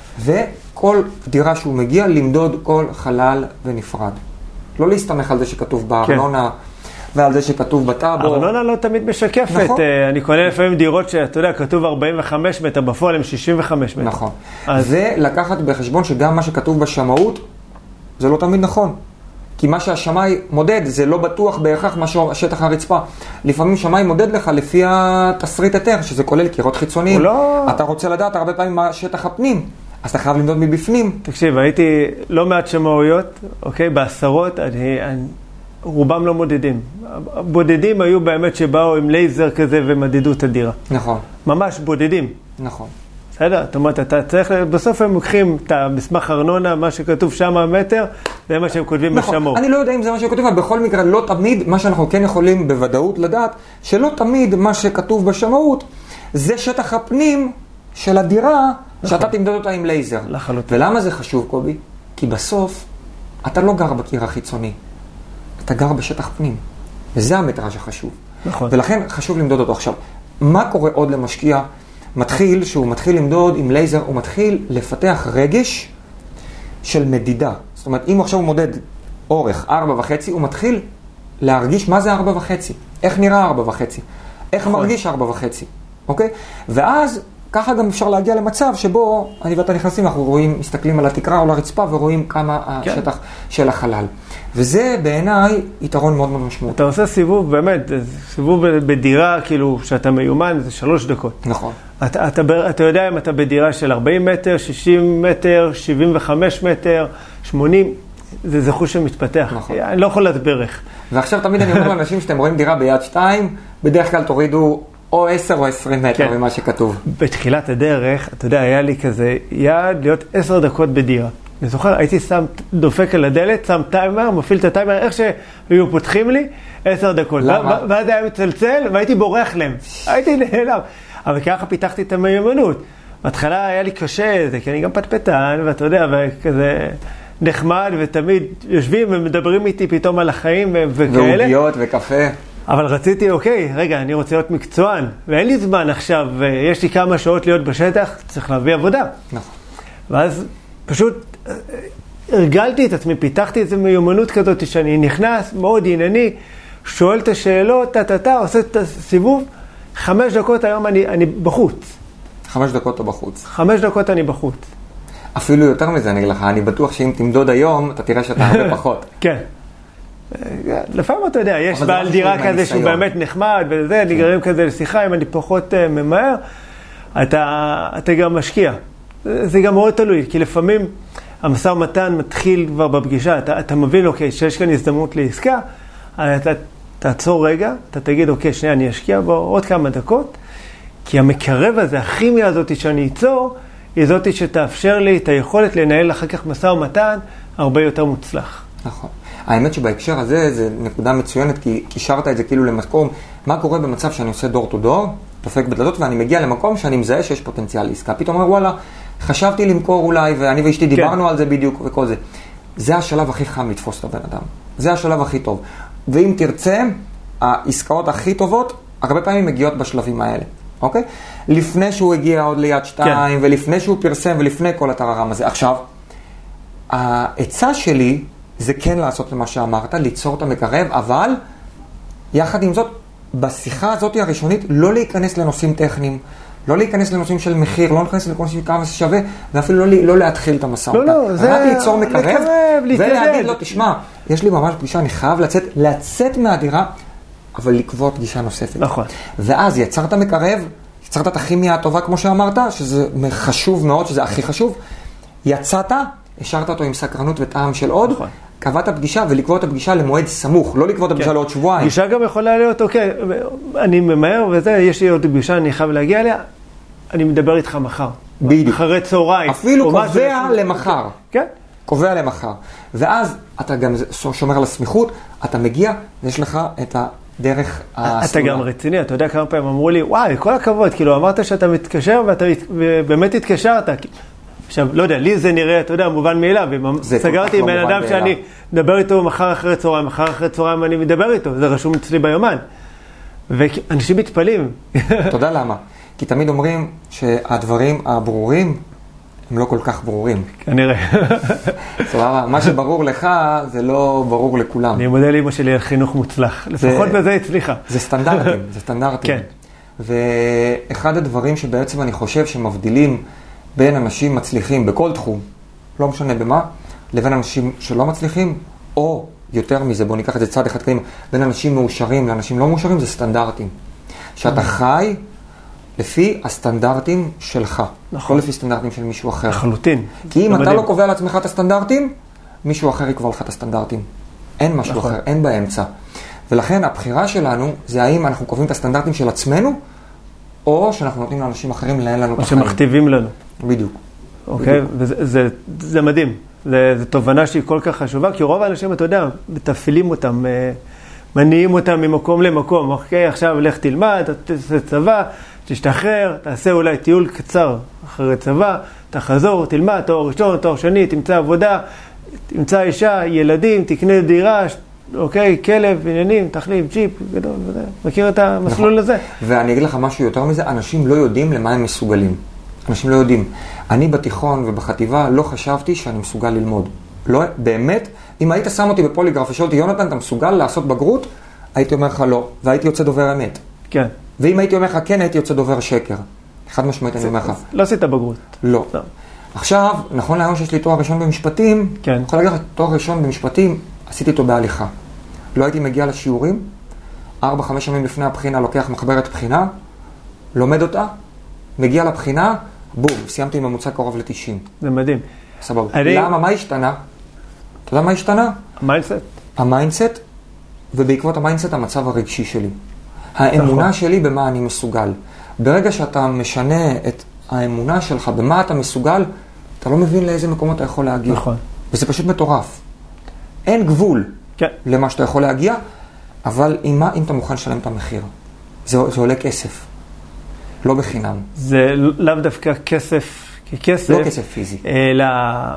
Speaker 2: וכל דירה שהוא מגיע, למדוד כל חלל ונפרד. לא להסתמך על זה שכתוב בארנונה, ועל זה שכתוב בטאבו.
Speaker 1: הארנונה לא תמיד משקפת. נכון. אני קונה לפעמים דירות שאתה יודע, כתוב ארבעים וחמש מטר, בפועל הם שישים וחמש מטר.
Speaker 2: נכון. אז... ולקחת בחשבון שגם מה שכתוב בשמאות, זה לא תמיד נכון. כי מה שהשמאי מודד, זה לא בטוח בהכרח מה שטח הרצפה. לפעמים שמאי מודד לך לפי התסריט היתר, שזה כולל קירות חיצוניים.
Speaker 1: לא...
Speaker 2: אתה רוצה לדעת הרבה פעמים מה שטח הפנים, אז אתה חייב למדוד מבפנים.
Speaker 1: תקשיב, הייתי לא מעט שמאויות, אוקיי, בעשרות, אני, אני, רובם לא מודדים. בודדים היו באמת שבאו עם לייזר כזה ומדדו את הדירה.
Speaker 2: נכון.
Speaker 1: ממש בודדים.
Speaker 2: נכון.
Speaker 1: בסדר? זאת אומרת, אתה צריך, בסוף הם לוקחים את המסמך ארנונה, מה שכתוב שם המטר, זה מה שהם כותבים
Speaker 2: נכון.
Speaker 1: בשמור.
Speaker 2: אני לא יודע אם זה מה שכתוב, אבל בכל מקרה לא תמיד, מה שאנחנו כן יכולים בוודאות לדעת, שלא תמיד מה שכתוב בשמאות, זה שטח הפנים של הדירה, נכון. שאתה תמדוד אותה עם לייזר.
Speaker 1: לחלוטין.
Speaker 2: ולמה זה חשוב, קובי? כי בסוף, אתה לא גר בקיר החיצוני, אתה גר בשטח פנים. וזה המטראז' החשוב.
Speaker 1: נכון.
Speaker 2: ולכן חשוב למדוד אותו עכשיו. מה קורה עוד למשקיע? מתחיל, שהוא מתחיל למדוד עם לייזר, הוא מתחיל לפתח רגש של מדידה. זאת אומרת, אם עכשיו הוא מודד אורך ארבע וחצי, הוא מתחיל להרגיש מה זה ארבע וחצי, איך נראה ארבע וחצי, איך מרגיש ארבע וחצי, אוקיי? ואז ככה גם אפשר להגיע למצב שבו אני ואתה נכנסים, אנחנו רואים, מסתכלים על התקרה או לרצפה ורואים כמה השטח של החלל. וזה בעיניי יתרון מאוד מאוד משמעותי.
Speaker 1: אתה עושה סיבוב, באמת, סיבוב בדירה, כאילו, שאתה מיומן, זה שלוש דקות.
Speaker 2: נכון.
Speaker 1: אתה, אתה, אתה יודע אם אתה בדירה של ארבעים מטר, שישים מטר, שבעים וחמש מטר, שמונים, זה, זה חוש שמתפתח.
Speaker 2: נכון.
Speaker 1: אני לא יכול להסביר איך.
Speaker 2: ועכשיו תמיד אני אומר לאנשים שאתם רואים דירה ביד שתיים, בדרך כלל תורידו או עשר או עשרים מטר כן. ממה שכתוב. בתחילת
Speaker 1: הדרך, אתה יודע, היה לי כזה יעד להיות עשר דקות בדירה. אני זוכר, הייתי שם דופק על הדלת, שם טיימר, מפעיל את הטיימר, איך שהיו פותחים לי, עשר דקות.
Speaker 2: למה?
Speaker 1: ואז היה מצלצל, והייתי בורח להם. הייתי נעלם. אבל ככה פיתחתי את המיומנות. בהתחלה היה לי קשה, זה כי אני גם פטפטן, ואתה יודע, וכזה נחמד, ותמיד יושבים ומדברים איתי פתאום על החיים וכאלה.
Speaker 2: ועוגיות וקפה.
Speaker 1: אבל רציתי, אוקיי, רגע, אני רוצה להיות מקצוען, ואין לי זמן עכשיו, יש לי כמה שעות להיות בשטח, צריך להביא עבודה.
Speaker 2: נכון.
Speaker 1: ואז פשוט הרגלתי את עצמי, פיתחתי איזו מיומנות כזאת, שאני נכנס, מאוד ענייני, שואל את השאלות, טה-טה-טה, עושה את הסיבוב, חמש דקות היום אני, אני בחוץ.
Speaker 2: חמש דקות אתה בחוץ.
Speaker 1: חמש דקות אני בחוץ.
Speaker 2: אפילו יותר מזה, אני אגיד לך, אני בטוח שאם תמדוד היום, אתה תראה שאתה הרבה פחות.
Speaker 1: כן. לפעמים אתה יודע, יש בעל דירה כזה שהוא באמת נחמד, וזה, נגררים כזה לשיחה, אם אני פחות ממהר, אתה, אתה גם משקיע. זה גם מאוד תלוי, כי לפעמים המשא ומתן מתחיל כבר בפגישה, אתה, אתה מבין, אוקיי, שיש כאן הזדמנות לעסקה, אתה תעצור רגע, אתה תגיד, אוקיי, שנייה, אני אשקיע בו עוד כמה דקות, כי המקרב הזה, הכימיה הזאת שאני אצור, היא זאת שתאפשר לי את היכולת לנהל אחר כך משא ומתן הרבה יותר מוצלח.
Speaker 2: נכון. האמת שבהקשר הזה, זה נקודה מצוינת, כי קישרת את זה כאילו למקום, מה קורה במצב שאני עושה דור טו דור, דופק בדלתות, ואני מגיע למקום שאני מזהה שיש פוטנציאל לעסקה. פתאום אומר, וואלה, חשבתי למכור אולי, ואני ואשתי כן. דיברנו על זה בדיוק וכל זה. זה השלב הכי חם לתפוס את הבן אדם. זה השלב הכי טוב. ואם תרצה, העסקאות הכי טובות, הרבה פעמים מגיעות בשלבים האלה, אוקיי? לפני שהוא הגיע עוד ליד שתיים, כן. ולפני שהוא פרסם, ולפני כל התררם הזה. עכשיו, העצה שלי זה כן לעשות למה שאמרת, ליצור את המקרב, אבל יחד עם זאת, בשיחה הזאת הראשונית, לא להיכנס לנושאים טכניים, לא להיכנס לנושאים של מחיר, לא להיכנס לנושאים של כמה זה שווה, ואפילו לא, לא להתחיל את המשא ומתן.
Speaker 1: לא, לא, זה...
Speaker 2: רק ליצור מקרב,
Speaker 1: לקרב,
Speaker 2: ולהגיד לו, תשמע, יש לי ממש פגישה, אני חייב לצאת, לצאת מהדירה, אבל לקבוע פגישה נוספת.
Speaker 1: נכון.
Speaker 2: ואז יצרת מקרב, יצרת את הכימיה הטובה, כמו שאמרת, שזה חשוב מאוד, שזה הכי חשוב, יצאת, השארת אותו עם סקרנות וטעם של עוד, נכון. קבעת פגישה ולקבוע את הפגישה למועד סמוך, לא לקבוע את הפגישה כן. לעוד שבועיים.
Speaker 1: פגישה גם יכולה להיות, אוקיי, אני ממהר וזה, יש לי עוד פגישה, אני חייב להגיע אליה, אני מדבר איתך מחר.
Speaker 2: בדיוק.
Speaker 1: אחרי צהריים.
Speaker 2: אפילו קובע למחר.
Speaker 1: כן.
Speaker 2: קובע למחר. ואז אתה גם שומר על הסמיכות, אתה מגיע ויש לך את הדרך הסלולה.
Speaker 1: אתה גם רציני, אתה יודע כמה פעמים אמרו לי, וואי, כל הכבוד, כאילו אמרת שאתה מתקשר ואתה באמת התקשרת. עכשיו, לא יודע, לי זה נראה, אתה יודע, מובן מאליו, סגרתי עם בן אדם שאני מדבר איתו מחר אחרי צהריים, מחר אחרי צהריים אני מדבר איתו, זה רשום אצלי ביומן. ואנשים מתפלים.
Speaker 2: אתה יודע למה? כי תמיד אומרים שהדברים הברורים הם לא כל כך ברורים.
Speaker 1: כנראה.
Speaker 2: סבבה, מה שברור לך זה לא ברור לכולם.
Speaker 1: אני מודה לאמא שלי על חינוך מוצלח, לפחות בזה הצליחה.
Speaker 2: זה סטנדרטים, זה סטנדרטים.
Speaker 1: כן.
Speaker 2: ואחד הדברים שבעצם אני חושב שמבדילים בין אנשים מצליחים בכל תחום, לא משנה במה, לבין אנשים שלא מצליחים, או יותר מזה, בואו ניקח את זה צעד אחד קדימה, בין אנשים מאושרים לאנשים לא מאושרים, זה סטנדרטים. שאתה חי לפי הסטנדרטים שלך,
Speaker 1: נכון.
Speaker 2: לא לפי סטנדרטים של מישהו אחר.
Speaker 1: לחלוטין.
Speaker 2: כי אם אתה לא קובע לעצמך את הסטנדרטים, מישהו אחר יקבע לך את הסטנדרטים. אין משהו אחר, אין באמצע. ולכן הבחירה שלנו זה האם אנחנו קובעים את הסטנדרטים של עצמנו, או שאנחנו נותנים לאנשים אחרים לנהל לנו את החיים.
Speaker 1: או שמכתיבים לנו.
Speaker 2: בדיוק.
Speaker 1: אוקיי? וזה זה, זה מדהים. זו תובנה שהיא כל כך חשובה, כי רוב האנשים, אתה יודע, מתפעילים אותם, מניעים אותם ממקום למקום. אוקיי, עכשיו לך תלמד, תעשה צבא, תשתחרר, תעשה אולי טיול קצר אחרי צבא, תחזור, תלמד, תואר ראשון, תואר שני, תמצא עבודה, תמצא אישה, ילדים, תקנה דירה, אוקיי, כלב, עניינים, תחליף, ג'יפ, גדול, וזה. מכיר את המסלול נכון. הזה?
Speaker 2: ואני אגיד לך משהו יותר מזה, אנשים לא יודעים למה הם מסוגלים. אנשים לא יודעים. אני בתיכון ובחטיבה לא חשבתי שאני מסוגל ללמוד. לא, באמת, אם היית שם אותי בפוליגרף ושאל אותי, יונתן, אתה מסוגל לעשות בגרות? הייתי אומר לך לא, והייתי יוצא דובר אמת.
Speaker 1: כן.
Speaker 2: ואם הייתי אומר לך כן, הייתי יוצא דובר שקר. אחד משמעית אני אומר לך.
Speaker 1: לא עשית בגרות.
Speaker 2: לא. לא. עכשיו, נכון להיום שיש לי תואר ראשון במשפטים, כן. אני יכול להגיד לך, תואר ראשון במשפטים, עשיתי אותו בהליכה. לא הייתי מגיע לשיעורים, ארבע, חמש ימים לפני הבחינה, לוקח מחברת בחינה, לומד אותה, מגיע לבחינה, בום, סיימתי עם ממוצע קרוב ל-תשעים.
Speaker 1: זה מדהים.
Speaker 2: סבבה. אני... למה? מה השתנה? אתה יודע מה השתנה?
Speaker 1: המיינדסט.
Speaker 2: המיינדסט, ובעקבות המיינדסט המצב הרגשי שלי. האמונה שלי במה אני מסוגל. ברגע שאתה משנה את האמונה שלך במה אתה מסוגל, אתה לא מבין לאיזה מקום אתה יכול להגיע.
Speaker 1: נכון.
Speaker 2: וזה פשוט מטורף. אין גבול
Speaker 1: כן.
Speaker 2: למה שאתה יכול להגיע, אבל עם מה, אם אתה מוכן לשלם את המחיר? זה, זה עולה כסף. לא בחינם.
Speaker 1: זה לאו דווקא כסף, ככסף.
Speaker 2: לא כסף פיזי.
Speaker 1: אלא,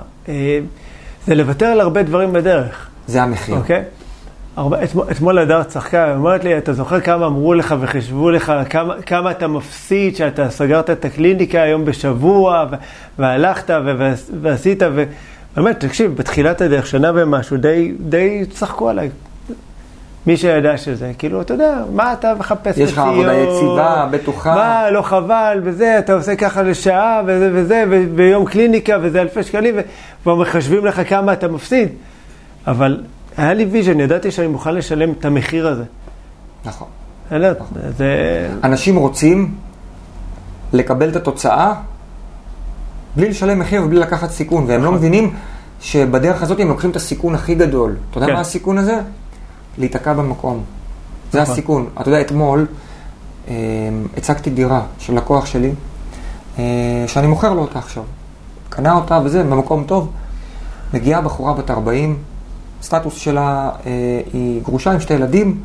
Speaker 1: זה לוותר על הרבה דברים בדרך.
Speaker 2: זה המחיר.
Speaker 1: אוקיי? הרבה, אתמול, אתמול הדר צחקה, אמרת לי, אתה זוכר כמה אמרו לך וחישבו לך, כמה, כמה אתה מפסיד, שאתה סגרת את הקליניקה היום בשבוע, ו- והלכת ו- ו- ועשית, ובאמת, תקשיב, בתחילת הדרך, שנה ומשהו, די, די צחקו עליי. מי שידע שזה, כאילו, אתה יודע, מה אתה מחפש?
Speaker 2: יש לך עבודה יציבה, בטוחה.
Speaker 1: מה, לא חבל, וזה, אתה עושה ככה לשעה, וזה וזה, וביום קליניקה, וזה אלפי שקלים, ומחשבים לך כמה אתה מפסיד. אבל היה לי ויז'ן, ידעתי שאני מוכן לשלם את המחיר הזה.
Speaker 2: נכון.
Speaker 1: זה...
Speaker 2: אנשים רוצים לקבל את התוצאה, בלי לשלם מחיר ובלי לקחת סיכון, והם לא מבינים שבדרך הזאת הם לוקחים את הסיכון הכי גדול. אתה יודע מה הסיכון הזה? להתעקע במקום. זה הסיכון. אתה יודע, אתמול הצגתי דירה של לקוח שלי, שאני מוכר לו אותה עכשיו. קנה אותה וזה, במקום טוב. מגיעה בחורה בת ארבעים, סטטוס שלה היא גרושה עם שתי ילדים,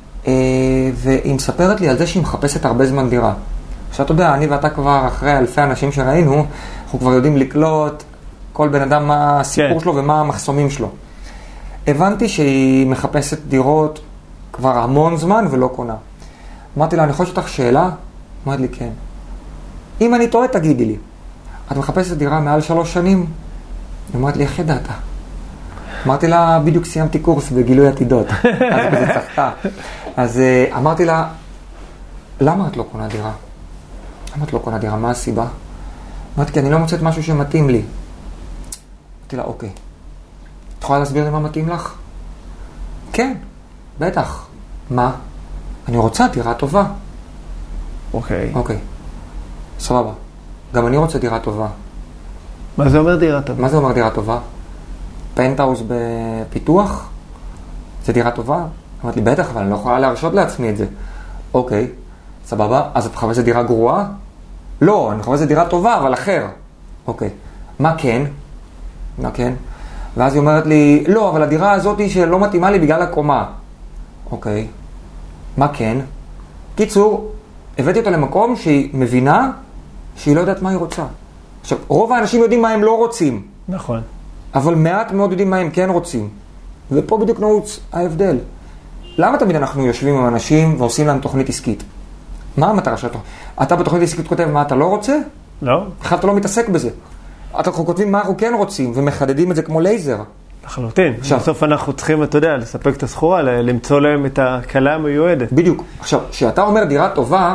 Speaker 2: והיא מספרת לי על זה שהיא מחפשת הרבה זמן דירה. עכשיו אתה יודע, אני ואתה כבר אחרי אלפי אנשים שראינו, אנחנו כבר יודעים לקלוט כל בן אדם מה הסיפור שלו ומה המחסומים שלו. הבנתי שהיא מחפשת דירות כבר המון זמן ולא קונה. אמרתי לה, אני יכול לשאול אותך שאלה? אמרת לי, כן. אם אני טועה, תגידי לי. את מחפשת דירה מעל שלוש שנים? היא אמרת לי, איך ידעת? אמרתי לה, בדיוק סיימתי קורס בגילוי עתידות. אז כזה צחקה. אז אמרתי לה, למה את לא קונה דירה? למה את לא קונה דירה? מה הסיבה? אמרתי, כי אני לא מוצאת משהו שמתאים לי. אמרתי לה, אוקיי. את יכולה להסביר לי מה מתאים לך? כן, בטח. מה? אני רוצה דירה טובה.
Speaker 1: אוקיי.
Speaker 2: אוקיי. סבבה. גם אני רוצה דירה טובה.
Speaker 1: מה זה אומר דירה טובה?
Speaker 2: מה זה אומר דירה טובה? פנטהאוס בפיתוח? זה דירה טובה? אמרתי לי, בטח, אבל אני לא יכולה להרשות לעצמי את זה. אוקיי, סבבה. אז את מחפשת דירה גרועה? לא, אני מחפשת דירה טובה, אבל אחר. אוקיי. מה כן? מה כן? ואז היא אומרת לי, לא, אבל הדירה הזאת היא שלא מתאימה לי בגלל הקומה. אוקיי. מה כן? קיצור, הבאתי אותה למקום שהיא מבינה שהיא לא יודעת מה היא רוצה. עכשיו, רוב האנשים יודעים מה הם לא רוצים.
Speaker 1: נכון.
Speaker 2: אבל מעט מאוד יודעים מה הם כן רוצים. ופה בדיוק נעוץ ההבדל. למה תמיד אנחנו יושבים עם אנשים ועושים להם תוכנית עסקית? מה המטרה שלנו? אתה בתוכנית עסקית כותב מה אתה לא רוצה?
Speaker 1: לא.
Speaker 2: איך אתה לא מתעסק בזה? אנחנו כותבים מה אנחנו כן רוצים ומחדדים את זה כמו לייזר.
Speaker 1: לחלוטין. בסוף אנחנו צריכים, אתה יודע, לספק את הסחורה, למצוא להם את הקלה המיועדת.
Speaker 2: בדיוק. עכשיו, כשאתה אומר דירה טובה,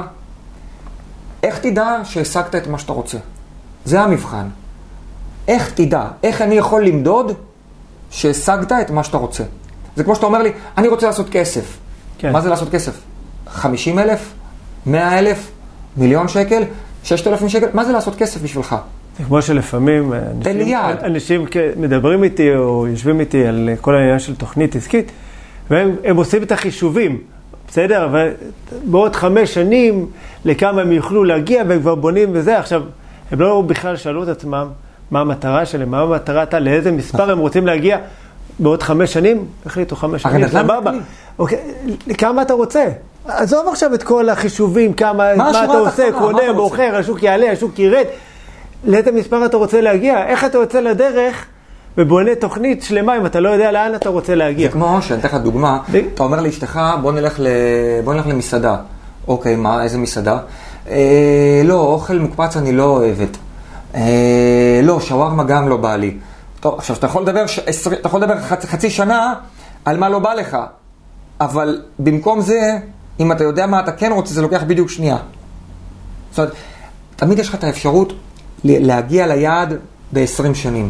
Speaker 2: איך תדע שהשגת את מה שאתה רוצה? זה המבחן. איך תדע? איך אני יכול למדוד שהשגת את מה שאתה רוצה? זה כמו שאתה אומר לי, אני רוצה לעשות כסף.
Speaker 1: כן.
Speaker 2: מה זה לעשות כסף? חמישים אלף? מאה אלף? מיליון שקל? ששת אלפים שקל? מה זה לעשות כסף בשבילך?
Speaker 1: זה כמו שלפעמים אנשים, אנשים מדברים איתי או יושבים איתי על כל העניין של תוכנית עסקית, והם הם עושים את החישובים, בסדר? אבל בעוד חמש שנים לכמה הם יוכלו להגיע והם כבר בונים וזה. עכשיו, הם לא בכלל שאלו את עצמם מה המטרה שלהם, מה המטרה, לאיזה מספר הם רוצים להגיע בעוד חמש שנים? החליטו חמש שנים, סבבה. אוקיי, כמה אתה רוצה? עזוב עכשיו את כל החישובים, כמה, מה אתה עושה, קונה, מוכר, השוק יעלה, השוק ירד. לאיזה מספר אתה רוצה להגיע? איך אתה יוצא לדרך ובונה תוכנית שלמה אם אתה לא יודע לאן אתה רוצה להגיע?
Speaker 2: זה כמו שאני אתן לך דוגמה, אתה אומר לאשתך, בוא נלך, ל... בוא נלך למסעדה. אוקיי, מה? איזה מסעדה? אה, לא, אוכל מוקפץ אני לא אוהבת. אה, לא, שווארמה גם לא בא לי. טוב, עכשיו, אתה יכול לדבר, ש... אתה יכול לדבר חצ... חצי שנה על מה לא בא לך, אבל במקום זה, אם אתה יודע מה אתה כן רוצה, זה לוקח בדיוק שנייה. זאת אומרת, תמיד יש לך את האפשרות להגיע ליעד ב-עשרים שנים.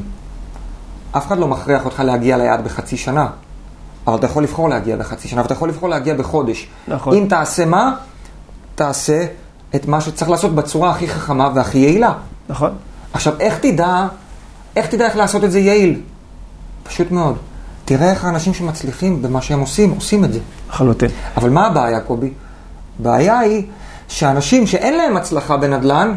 Speaker 2: אף אחד לא מכריח אותך להגיע ליעד בחצי שנה, אבל אתה יכול לבחור להגיע בחצי שנה, ואתה יכול לבחור להגיע בחודש.
Speaker 1: נכון.
Speaker 2: אם תעשה מה? תעשה את מה שצריך לעשות בצורה הכי חכמה והכי יעילה.
Speaker 1: נכון.
Speaker 2: עכשיו, איך תדע, איך תדע איך לעשות את זה יעיל? פשוט מאוד. תראה איך האנשים שמצליחים במה שהם עושים, עושים את זה.
Speaker 1: חלוטין.
Speaker 2: אבל מה הבעיה, קובי? הבעיה היא שאנשים שאין להם הצלחה בנדל"ן,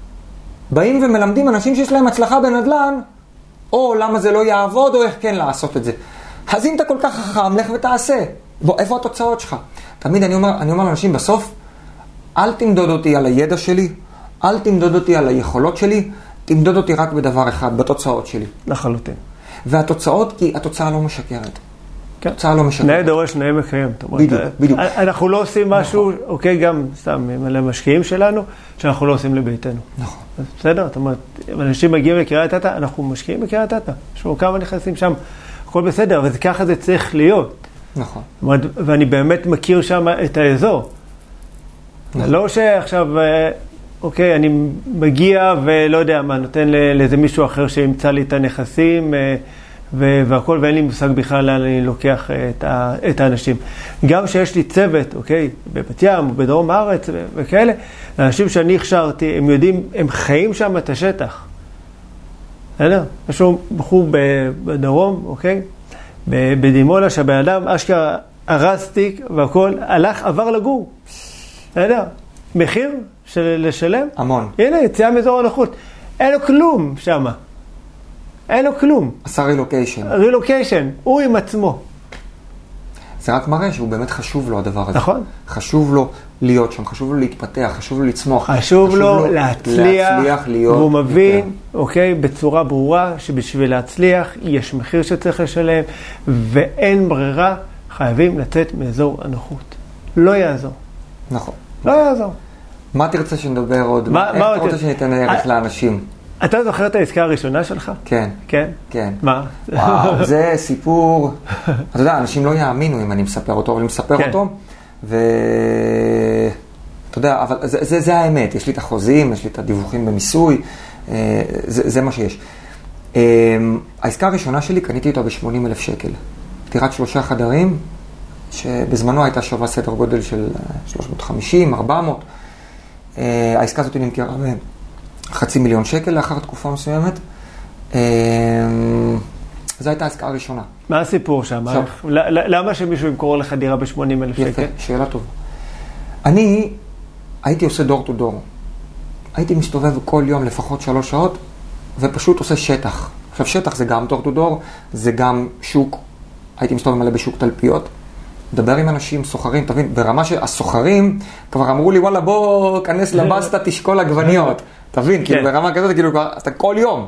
Speaker 2: באים ומלמדים אנשים שיש להם הצלחה בנדל"ן, או למה זה לא יעבוד, או איך כן לעשות את זה. אז אם אתה כל כך חכם, לך ותעשה. בוא, איפה התוצאות שלך? תמיד אני אומר, אני אומר לאנשים בסוף, אל תמדוד אותי על הידע שלי, אל תמדוד אותי על היכולות שלי, תמדוד אותי רק בדבר אחד, בתוצאות שלי.
Speaker 1: לחלוטין.
Speaker 2: והתוצאות, כי התוצאה לא משקרת.
Speaker 1: כן.
Speaker 2: התוצאה לא משקרת.
Speaker 1: נאה דורש, נאה מקיים.
Speaker 2: בדיוק, בדיוק.
Speaker 1: אנחנו לא עושים משהו, אוקיי, גם סתם, למשקיעים שלנו, שאנחנו לא עושים לביתנו.
Speaker 2: נכון.
Speaker 1: בסדר? זאת אומרת, אם אנשים מגיעים לקריית אתא, אנחנו משקיעים בקריית אתא. יש לנו כמה נכנסים שם, הכל בסדר, אבל ככה זה צריך להיות.
Speaker 2: נכון.
Speaker 1: ואני באמת מכיר שם את האזור. נכון. לא שעכשיו, אוקיי, אני מגיע ולא יודע מה, נותן לאיזה מישהו אחר שימצא לי את הנכסים, והכל, ואין לי מושג בכלל לאן אני לוקח את, ה, את האנשים. גם שיש לי צוות, אוקיי, בבת ים, בדרום הארץ וכאלה, האנשים שאני הכשרתי, הם יודעים, הם חיים שם את השטח. בסדר? יש לנו בחור בדרום, אוקיי, בדימונה, שהבן אדם אשכרה הרסטיק והכל, הלך, עבר לגור. בסדר? מחיר של לשלם?
Speaker 2: המון.
Speaker 1: הנה, יציאה מאזור הנוחות. אין לו כלום שם. אין לו כלום.
Speaker 2: עשה רילוקיישן.
Speaker 1: רילוקיישן, הוא עם עצמו.
Speaker 2: זה רק מראה שהוא באמת חשוב לו הדבר הזה.
Speaker 1: נכון.
Speaker 2: חשוב לו להיות שם, חשוב לו להתפתח, חשוב לו לצמוח.
Speaker 1: חשוב, חשוב לו, לו להצליח,
Speaker 2: להצליח להיות.
Speaker 1: והוא מבין, יותר. אוקיי, בצורה ברורה, שבשביל להצליח יש מחיר שצריך לשלם, ואין ברירה, חייבים לצאת מאזור הנוחות. לא יעזור.
Speaker 2: נכון.
Speaker 1: לא יעזור.
Speaker 2: מה תרצה שנדבר עוד? מה, איך אתה רוצה שניתן ערך לאנשים?
Speaker 1: אתה זוכר את העסקה הראשונה שלך?
Speaker 2: כן.
Speaker 1: כן?
Speaker 2: כן.
Speaker 1: מה?
Speaker 2: וואו, זה סיפור, אתה יודע, אנשים לא יאמינו אם אני מספר אותו, אבל אני מספר כן. אותו, ואתה יודע, אבל זה, זה, זה האמת, יש לי את החוזים, יש לי את הדיווחים במיסוי, זה, זה מה שיש. העסקה הראשונה שלי, קניתי אותה ב-שמונים אלף שקל. דירת שלושה חדרים, שבזמנו הייתה שווה סדר גודל של שלוש מאות וחמישים, ארבע מאות. העסקה הזאת נמכרה בחצי מיליון שקל לאחר תקופה מסוימת. זו הייתה העסקה הראשונה.
Speaker 1: מה הסיפור שם? למה שמישהו ימכור לך דירה ב-שמונים אלף שקל?
Speaker 2: יפה, שאלה טובה. אני הייתי עושה דור טו דור. הייתי מסתובב כל יום לפחות שלוש שעות, ופשוט עושה שטח. עכשיו, שטח זה גם דור טו דור, זה גם שוק. הייתי מסתובב מלא בשוק תלפיות. מדבר עם אנשים, סוחרים, תבין, ברמה שהסוחרים כבר אמרו לי, וואלה, בוא, כנס לבסטה, תשקול עגבניות. תבין, כאילו, ברמה כזאת, כאילו, אתה כל יום.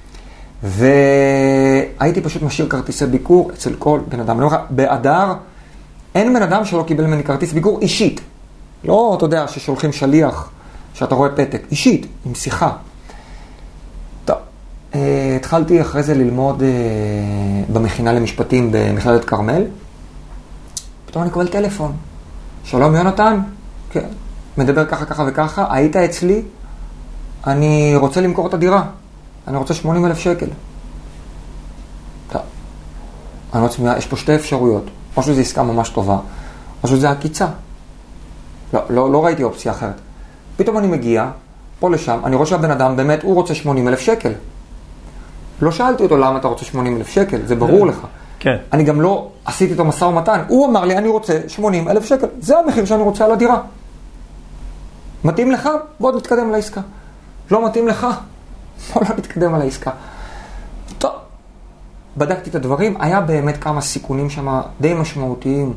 Speaker 2: והייתי פשוט משאיר כרטיסי ביקור אצל כל בן אדם. אני אומר לך, באדר, אין בן אדם שלא קיבל ממני כרטיס ביקור אישית. לא, אתה יודע, ששולחים שליח, שאתה רואה פתק. אישית, עם שיחה. טוב, התחלתי אחרי זה ללמוד במכינה למשפטים במכללת כרמל. פתאום אני קובל טלפון. שלום יונתן, כן, מדבר ככה, ככה וככה, היית אצלי, אני רוצה למכור את הדירה. אני רוצה שמונים אלף שקל. טוב, אני רוצה, יש פה שתי אפשרויות. או שזו עסקה ממש טובה, או שזו עקיצה. לא, לא, לא ראיתי אופציה אחרת. פתאום אני מגיע, פה לשם, אני רואה שהבן אדם באמת, הוא רוצה שמונים אלף שקל. לא שאלתי אותו למה אתה רוצה שמונים אלף שקל, זה ברור לך.
Speaker 1: כן.
Speaker 2: אני גם לא עשיתי אותו משא ומתן. הוא אמר לי, אני רוצה שמונים אלף שקל. זה המחיר שאני רוצה על הדירה. מתאים לך? בוא נתקדם לעסקה. לא מתאים לך? בוא לא נתקדם על העסקה. טוב. בדקתי את הדברים. היה באמת כמה סיכונים שם די משמעותיים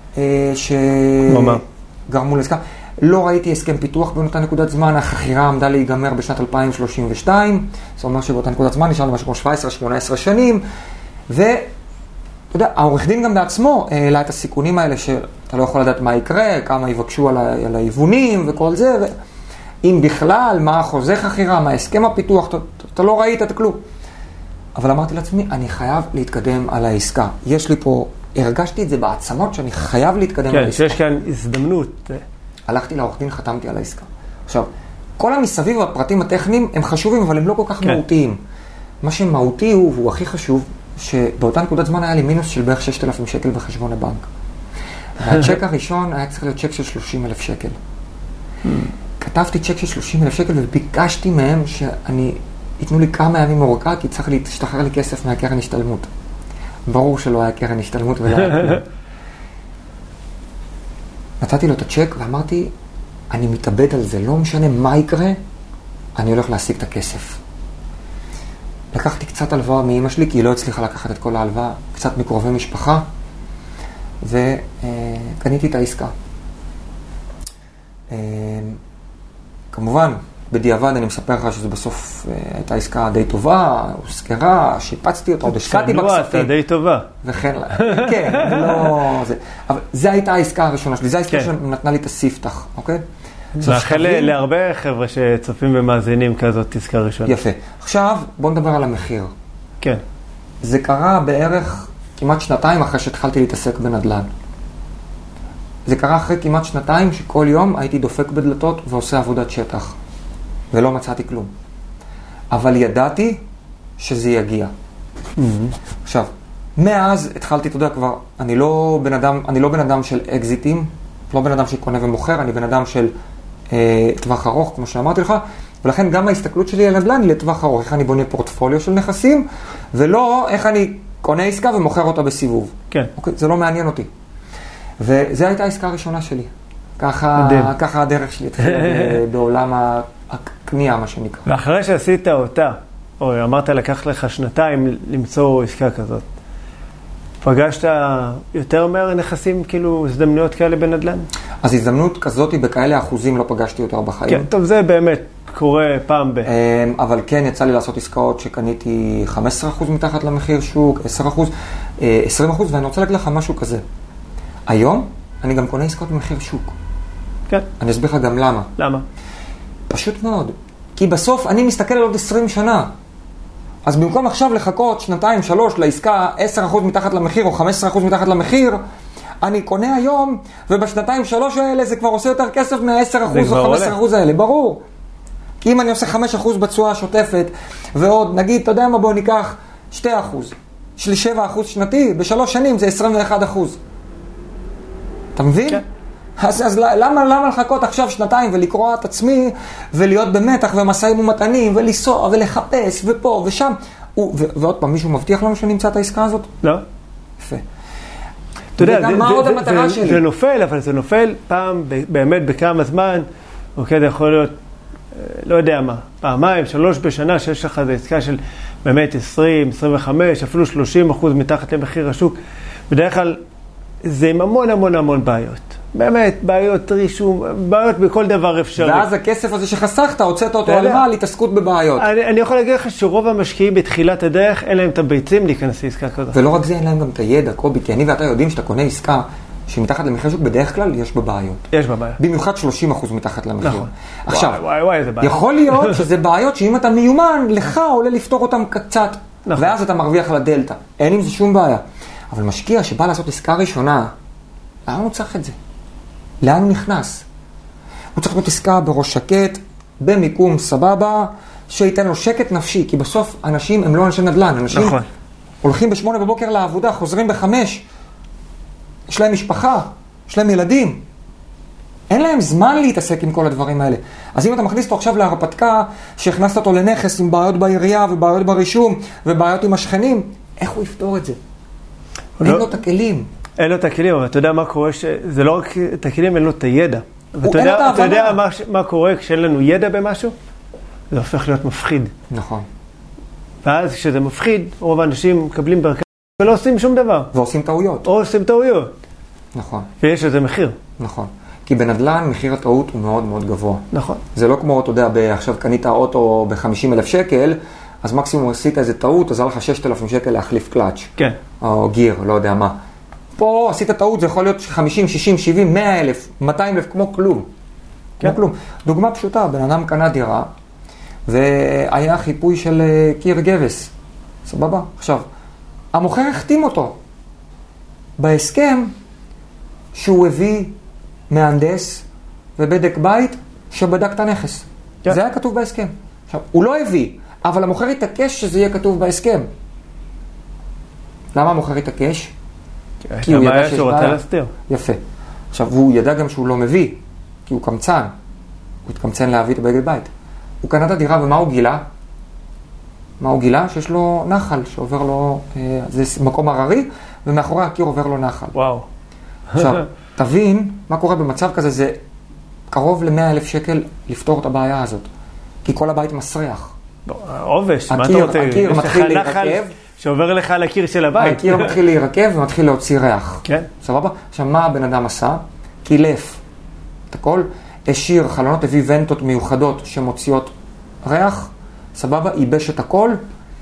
Speaker 2: שגרמו לעסקה. לא ראיתי הסכם פיתוח באותה נקודת זמן. החכירה עמדה להיגמר בשנת אלפיים שלושים ושתיים. זאת אומרת שבאותה נקודת זמן נשאר משהו כמו שבע עשרה שמונה עשרה שנים. ו... אתה יודע, העורך דין גם בעצמו העלה את הסיכונים האלה שאתה לא יכול לדעת מה יקרה, כמה יבקשו על, ה... על היוונים וכל זה, ואם בכלל, מה החוזה חכירה, מה הסכם הפיתוח, אתה, אתה לא ראית את כלום. אבל אמרתי לעצמי, אני חייב להתקדם על העסקה. יש לי פה, הרגשתי את זה בעצמות שאני חייב להתקדם
Speaker 1: כן,
Speaker 2: על העסקה.
Speaker 1: כן, שיש כאן הזדמנות.
Speaker 2: הלכתי לעורך דין, חתמתי על העסקה. עכשיו, כל המסביב והפרטים הטכניים הם חשובים, אבל הם לא כל כך כן. מהותיים. מה שמהותי הוא, והוא הכי חשוב, שבאותה נקודת זמן היה לי מינוס של בערך שישת אלפים שקל בחשבון הבנק. והצ'ק הראשון היה צריך להיות צ'ק של שלושים אלף שקל. כתבתי צ'ק של שלושים אלף שקל וביקשתי מהם שאני, ייתנו לי כמה ימים אורכה, כי צריך להשתחרר לי כסף מהקרן השתלמות. ברור שלא היה קרן השתלמות ולא היה כלום. נתתי לו את הצ'ק ואמרתי, אני מתאבד על זה, לא משנה מה יקרה, אני הולך להשיג את הכסף. לקחתי קצת הלוואה מאמא שלי, כי היא לא הצליחה לקחת את כל ההלוואה, קצת מקרובי משפחה, וקניתי את העסקה. כמובן, בדיעבד אני מספר לך שזה בסוף הייתה עסקה די טובה, הוזכרה, שיפצתי אותה, עוד השקעתי בכספים.
Speaker 1: די טובה.
Speaker 2: וכן, כן, לא... אבל זו הייתה העסקה הראשונה שלי, זו העסקה שנתנה לי את הספתח, אוקיי?
Speaker 1: מאחל להרבה חבר'ה שצופים ומאזינים כזאת עסקה ראשונה.
Speaker 2: יפה. עכשיו, בוא נדבר על המחיר.
Speaker 1: כן.
Speaker 2: זה קרה בערך כמעט שנתיים אחרי שהתחלתי להתעסק בנדל"ן. זה קרה אחרי כמעט שנתיים שכל יום הייתי דופק בדלתות ועושה עבודת שטח. ולא מצאתי כלום. אבל ידעתי שזה יגיע. Mm-hmm. עכשיו, מאז התחלתי, אתה יודע כבר, אני לא בן אדם, אני לא בן אדם של אקזיטים, לא בן אדם שקונה ומוכר, אני בן אדם של אה, טווח ארוך, כמו שאמרתי לך, ולכן גם ההסתכלות שלי על נדל"ן היא לטווח ארוך, איך אני בונה פורטפוליו של נכסים, ולא איך אני קונה עסקה ומוכר אותה בסיבוב.
Speaker 1: כן.
Speaker 2: אוקיי? זה לא מעניין אותי. וזו הייתה העסקה הראשונה שלי. ככה, ככה הדרך שלי התחילה בעולם הקנייה, מה שנקרא.
Speaker 1: ואחרי שעשית אותה, או אמרת לקח לך שנתיים למצוא עסקה כזאת, פגשת יותר מהר נכסים, כאילו הזדמנויות כאלה בנדל"ן?
Speaker 2: אז הזדמנות כזאת, בכאלה אחוזים לא פגשתי יותר בחיים.
Speaker 1: כן, טוב, זה באמת קורה פעם ב...
Speaker 2: אבל כן, יצא לי לעשות עסקאות שקניתי חמישה עשר אחוז מתחת למחיר שוק, עשרה אחוז, עשרים אחוז, ואני רוצה להגיד לך משהו כזה. היום אני גם קונה עסקאות במחיר שוק.
Speaker 1: כן.
Speaker 2: אני אסביר לך גם למה.
Speaker 1: למה?
Speaker 2: פשוט מאוד. כי בסוף אני מסתכל על עוד עשרים שנה. אז במקום עכשיו לחכות שנתיים, שלוש, לעסקה עשרה אחוז מתחת למחיר או חמישה עשר אחוז מתחת למחיר, אני קונה היום, ובשנתיים שלוש האלה זה כבר עושה יותר כסף מה-עשרה אחוז או חמישה עשר אחוז האלה, ברור. כי אם אני עושה חמישה אחוז בתשואה השוטפת, ועוד, נגיד, אתה יודע מה, בוא ניקח שני אחוז, שלי שבעה אחוז שנתי, בשלוש שנים זה עשרים ואחד אחוז. אתה מבין? כן. אז, אז למה, למה לחכות עכשיו שנתיים ולקרוא את עצמי, ולהיות במתח ומסעים ומתנים, ולנסוע ולחפש, ופה ושם. ו, ועוד פעם, מישהו מבטיח לנו שנמצא את העסקה הזאת?
Speaker 1: לא.
Speaker 2: יפה.
Speaker 1: אתה יודע,
Speaker 2: וגם מה עוד המטרה שלי?
Speaker 1: זה נופל, אבל זה נופל פעם, באמת בכמה זמן, אוקיי, זה יכול להיות, לא יודע מה, פעמיים, שלוש בשנה, שיש לך את העסקה של באמת עשרים, עשרים וחמש, אפילו שלושים אחוז מתחת למחיר השוק. בדרך כלל, זה עם המון המון המון בעיות. באמת, בעיות רישום, בעיות בכל דבר אפשרי.
Speaker 2: ואז הכסף הזה שחסכת, הוצאת אותו על מה? להתעסקות בבעיות.
Speaker 1: אני, אני יכול להגיד לך שרוב המשקיעים בתחילת הדרך, אין להם את הביצים להיכנס לעסקה כזאת.
Speaker 2: ולא רק זה, אין להם גם את הידע, קובי, כי אני ואתה יודעים שאתה קונה עסקה שמתחת למחיר שוק, בדרך כלל יש בה בעיות.
Speaker 1: יש בה בעיות.
Speaker 2: במיוחד שלושים אחוז מתחת למחיר.
Speaker 1: נכון.
Speaker 2: עכשיו,
Speaker 1: וואי, וואי, וואי, איזה בעיה.
Speaker 2: יכול להיות שזה בעיות שאם אתה מיומן, לך עולה לפתור אותם קצת,
Speaker 1: נכון.
Speaker 2: ואז אתה מרוויח לדלטה. אין עם זה שום בעיה. אבל משקיע שבא לעשות עסקה ראשונה, לאן הוא צריך את זה? לאן הוא נכנס? הוא צריך להיות עסקה בראש שקט, במיקום סבבה, שייתן לו שקט נפשי, כי בסוף אנשים הם לא אנשי נדל"ן, אנשים
Speaker 1: נכון.
Speaker 2: הולכים בשמונה בבוקר לעבודה, חוזרים בחמש, יש להם משפחה, יש להם ילדים, אין להם זמן להתעסק עם כל הדברים האלה. אז אם אתה מכניס אותו עכשיו להרפתקה, שהכנסת אותו לנכס עם בעיות בעירייה ובעיות ברישום ובעיות עם השכנים, איך הוא יפתור את זה? אין לו את הכלים.
Speaker 1: אין לו את הכלים, אבל אתה יודע מה קורה, זה לא רק את הכלים, אין לו את הידע. ואתה
Speaker 2: אין לו את
Speaker 1: יודע, אתה יודע
Speaker 2: ההבנה.
Speaker 1: מה, מה קורה כשאין לנו ידע במשהו? זה הופך להיות מפחיד.
Speaker 2: נכון.
Speaker 1: ואז כשזה מפחיד, רוב האנשים מקבלים ברכת ולא עושים שום דבר.
Speaker 2: ועושים טעויות.
Speaker 1: או עושים טעויות.
Speaker 2: נכון.
Speaker 1: ויש לזה מחיר.
Speaker 2: נכון. כי בנדל"ן מחיר הטעות הוא מאוד מאוד גבוה. נכון. זה לא כמו, אתה יודע, עכשיו קנית אוטו ב-חמישים אלף שקל, אז מקסימום עשית איזה טעות, אז היה לך שישת אלפים שקל להחליף קלאץ'.
Speaker 1: כן.
Speaker 2: או גיר, לא יודע מה. פה עשית טעות, זה יכול להיות חמישים, שישים, שבעים, מאה אלף, מאתיים אלף, כמו כלום. כן. כמו כלום. דוגמה פשוטה, בן אדם קנה דירה, והיה חיפוי של קיר גבס. סבבה? עכשיו, המוכר החתים אותו בהסכם שהוא הביא מהנדס ובדק בית שבדק את הנכס. כן. זה היה כתוב בהסכם. עכשיו, הוא לא הביא, אבל המוכר התעקש שזה יהיה כתוב בהסכם. למה המוכר התעקש?
Speaker 1: כי הוא ידע שהוא רוצה להסתיר.
Speaker 2: יפה. עכשיו, הוא ידע גם שהוא לא מביא, כי הוא קמצן. הוא התקמצן להביא את הבגד בית. הוא קנה את הדירה, ומה הוא גילה? מה הוא גילה? שיש לו נחל, שעובר לו, אה, זה מקום הררי, ומאחורי הקיר עובר לו נחל.
Speaker 1: וואו.
Speaker 2: עכשיו, תבין, מה קורה במצב כזה, זה קרוב ל-מאה אלף שקל לפתור את הבעיה הזאת. כי כל הבית מסריח.
Speaker 1: עובש, מה אתה רוצה?
Speaker 2: הקיר מתחיל להירקב.
Speaker 1: שעובר לך על הקיר של הבית.
Speaker 2: הקיר מתחיל להירקב ומתחיל להוציא ריח.
Speaker 1: כן.
Speaker 2: סבבה? עכשיו, מה הבן אדם עשה? קילף את הכל, השאיר חלונות, הביא ונטות מיוחדות שמוציאות ריח, סבבה? ייבש את הכל,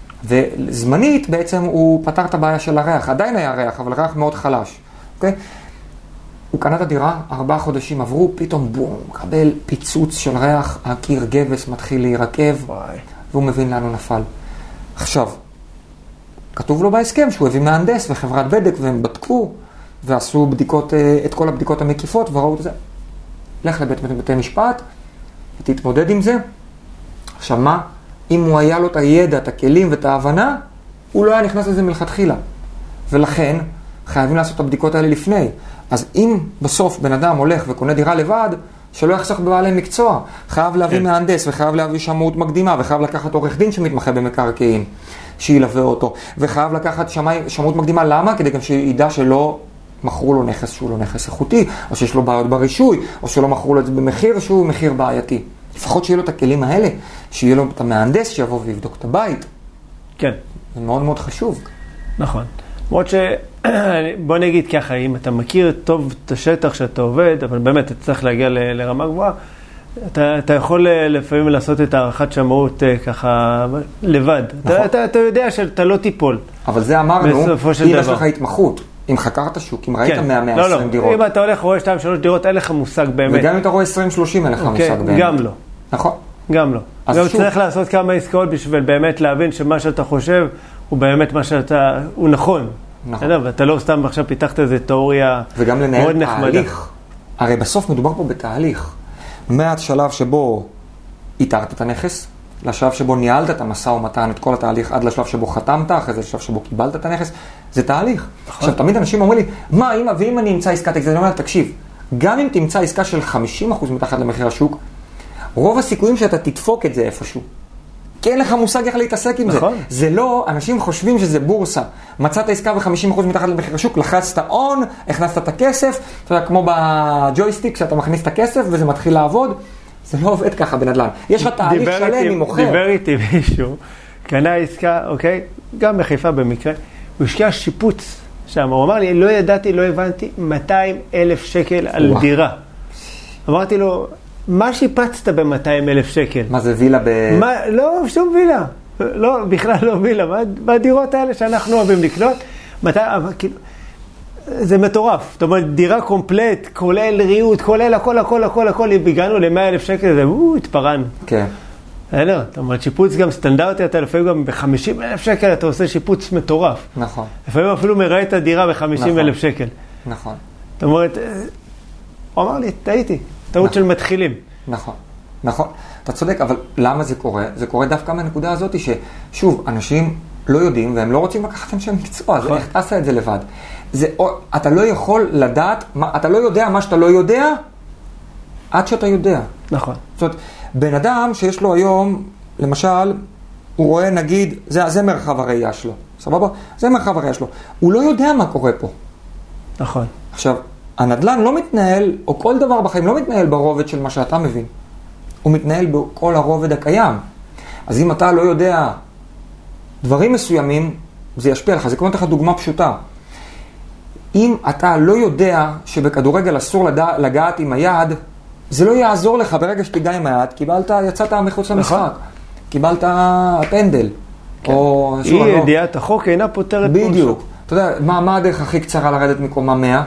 Speaker 2: וזמנית בעצם הוא פתר את הבעיה של הריח. עדיין היה ריח, אבל ריח מאוד חלש. אוקיי? הוא קנה את הדירה, ארבעה חודשים עברו, פתאום בום, קבל פיצוץ של ריח, הקיר גבס מתחיל להירקב,
Speaker 1: וואי.
Speaker 2: והוא מבין לאן הוא נפל. עכשיו, כתוב לו בהסכם שהוא הביא מהנדס וחברת בדק, והם בדקו ועשו בדיקות, את כל הבדיקות המקיפות וראו את זה. לך לבית בתי משפט ותתמודד עם זה. עכשיו מה? אם הוא היה לו את הידע, את הכלים ואת ההבנה, הוא לא היה נכנס לזה מלכתחילה. ולכן חייבים לעשות את הבדיקות האלה לפני. אז אם בסוף בן אדם הולך וקונה דירה לבד, שלא יחסוך בבעלי מקצוע. חייב להביא מהנדס וחייב להביא שמאות מקדימה וחייב לקחת עורך דין שמתמחה במקרקעין. שילווה אותו, וחייב לקחת שמי, שמות מקדימה. למה? כדי גם שידע שלא מכרו לו נכס שהוא לא נכס איכותי, או שיש לו בעיות ברישוי, או שלא מכרו לו את זה במחיר שהוא מחיר בעייתי. לפחות שיהיה לו את הכלים האלה, שיהיה לו את המהנדס שיבוא ויבדוק את הבית.
Speaker 1: כן.
Speaker 2: זה מאוד מאוד חשוב.
Speaker 1: נכון. למרות ש... בוא נגיד ככה, אם אתה מכיר טוב את השטח שאתה עובד, אבל באמת אתה צריך להגיע ל- לרמה גבוהה, אתה, אתה יכול לפעמים לעשות את הערכת שמאות ככה לבד. נכון. אתה, אתה, אתה יודע שאתה לא תיפול.
Speaker 2: אבל זה אמרנו, אם יש לך התמחות, אם חקרת שוק, אם ראית
Speaker 1: כן.
Speaker 2: מאה עשרים
Speaker 1: לא, לא.
Speaker 2: דירות.
Speaker 1: אם אתה הולך רואה שתיים שלוש דירות, אין לך מושג באמת.
Speaker 2: וגם אם אתה רואה עשרים שלושים, אין לך
Speaker 1: אוקיי,
Speaker 2: מושג באמת.
Speaker 1: גם לא.
Speaker 2: נכון.
Speaker 1: גם לא. גם
Speaker 2: שוב...
Speaker 1: צריך לעשות כמה עסקאות בשביל באמת להבין שמה שאתה חושב הוא באמת מה שאתה, הוא נכון.
Speaker 2: נכון.
Speaker 1: ואתה לא סתם עכשיו פיתחת איזו תיאוריה מאוד נחמדה.
Speaker 2: וגם לנהל תהליך. הרי בסוף מדובר פה בתהליך. מהשלב שבו איתרת את הנכס, לשלב שבו ניהלת את המשא ומתן, את כל התהליך, עד לשלב שבו חתמת, אחרי זה לשלב שבו קיבלת את הנכס, זה תהליך. עכשיו, תמיד אנשים אומרים לי, מה, אם, ואם אני אמצא עסקת אקזיט, אני אומר, תקשיב, גם אם תמצא עסקה של חמישים אחוז מתחת למחיר השוק, רוב הסיכויים שאתה תדפוק את זה איפשהו. כי אין לך מושג איך להתעסק עם
Speaker 1: נכון.
Speaker 2: זה. זה לא, אנשים חושבים שזה בורסה. מצאת עסקה ב-חמישים אחוז מתחת למחיר השוק, לחצת און, הכנסת את הכסף, אתה יודע, כמו בג'ויסטיק, שאתה מכניס את הכסף וזה מתחיל לעבוד. זה לא עובד ככה בנדל"ן. יש לך תהליך שלם עם מוכר.
Speaker 1: דיבר איתי מישהו, קנה עסקה, אוקיי? גם בחיפה במקרה, הוא השקיע שיפוץ שם. הוא אמר לי, לא ידעתי, לא הבנתי, מאתיים אלף שקל על ווא. דירה. אמרתי לו, מה שיפצת ב-מאתיים אלף שקל?
Speaker 2: מה זה וילה ב...
Speaker 1: מה, לא, שום וילה. לא, בכלל לא וילה. מה, בדירות האלה שאנחנו אוהבים לקנות, מתי, אבל, כאילו, זה מטורף. זאת אומרת, דירה קומפלט, כולל ריהוט, כולל הכל, הכל, הכל, הכל, אם הגענו ל-מאה אלף שקל, זה, וואו, התפרענו.
Speaker 2: כן.
Speaker 1: אלא, זאת אומרת, שיפוץ גם סטנדרטי, אתה לפעמים גם ב-חמישים אלף שקל, אתה עושה שיפוץ מטורף.
Speaker 2: נכון.
Speaker 1: לפעמים אפילו מראה את הדירה ב-חמישים אלף שקל.
Speaker 2: נכון.
Speaker 1: זאת אומרת, הוא אמר לי, טעיתי, טעות של מתחילים.
Speaker 2: נכון, נכון. אתה צודק, אבל למה זה קורה? זה קורה דווקא מהנקודה הזאת ששוב, אנשים לא יודעים והם לא רוצים לקחת אנשי מקצוע, אז איך תעשה את זה לבד? זה, או, אתה לא יכול לדעת, מה, אתה לא יודע מה שאתה לא יודע, עד שאתה יודע.
Speaker 1: נכון.
Speaker 2: זאת אומרת, בן אדם שיש לו היום, למשל, הוא רואה נגיד, זה, זה מרחב הראייה שלו, סבבה? זה מרחב הראייה שלו. הוא לא יודע מה קורה פה.
Speaker 1: נכון.
Speaker 2: עכשיו, הנדל"ן לא מתנהל, או כל דבר בחיים לא מתנהל ברובד של מה שאתה מבין. הוא מתנהל בכל הרובד הקיים. אז אם אתה לא יודע דברים מסוימים, זה ישפיע לך. זה כמו לך דוגמה פשוטה. אם אתה לא יודע שבכדורגל אסור לדע, לגעת עם היד, זה לא יעזור לך ברגע שתיגע עם היד, קיבלת, יצאת מחוץ למשחק. קיבלת פנדל.
Speaker 1: כן.
Speaker 2: או,
Speaker 1: היא לא... ידיעת החוק אינה פותרת
Speaker 2: בדיוק. בדיוק. אתה יודע, מה, מה הדרך הכי קצרה לרדת מקומה מאה?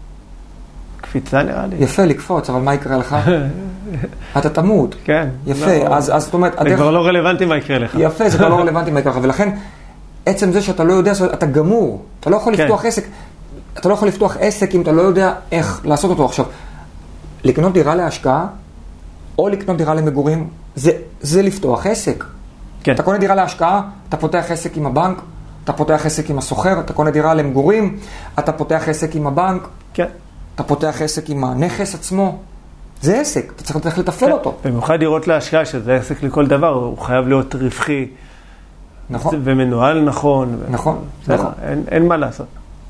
Speaker 1: קפיצה נראה לי.
Speaker 2: יפה לקפוץ, אבל מה יקרה לך? אתה תמות.
Speaker 1: כן.
Speaker 2: יפה, לא, אז, אז זאת אומרת...
Speaker 1: זה הדרך... כבר לא רלוונטי מה יקרה לך.
Speaker 2: יפה, זה כבר לא רלוונטי מה יקרה לך, ולכן עצם זה שאתה לא יודע, אתה גמור. אתה לא יכול כן. לפתוח עסק, אתה לא יכול לפתוח עסק אם אתה לא יודע איך לעשות אותו. עכשיו, לקנות דירה להשקעה, או לקנות דירה למגורים, זה, זה לפתוח עסק. כן. אתה קונה דירה להשקעה, אתה פותח עסק עם הבנק, אתה פותח עסק עם הסוחר, אתה קונה דירה למגורים, אתה פותח עסק עם הבנק.
Speaker 1: כן.
Speaker 2: אתה פותח עסק עם הנכס עצמו, זה עסק, אתה צריך לתך לתפעל אותו.
Speaker 1: במיוחד דירות להשקעה, שזה עסק לכל דבר, הוא חייב להיות רווחי.
Speaker 2: נכון.
Speaker 1: ומנוהל נכון.
Speaker 2: נכון,
Speaker 1: ו...
Speaker 2: נכון.
Speaker 1: אין, אין מה לעשות.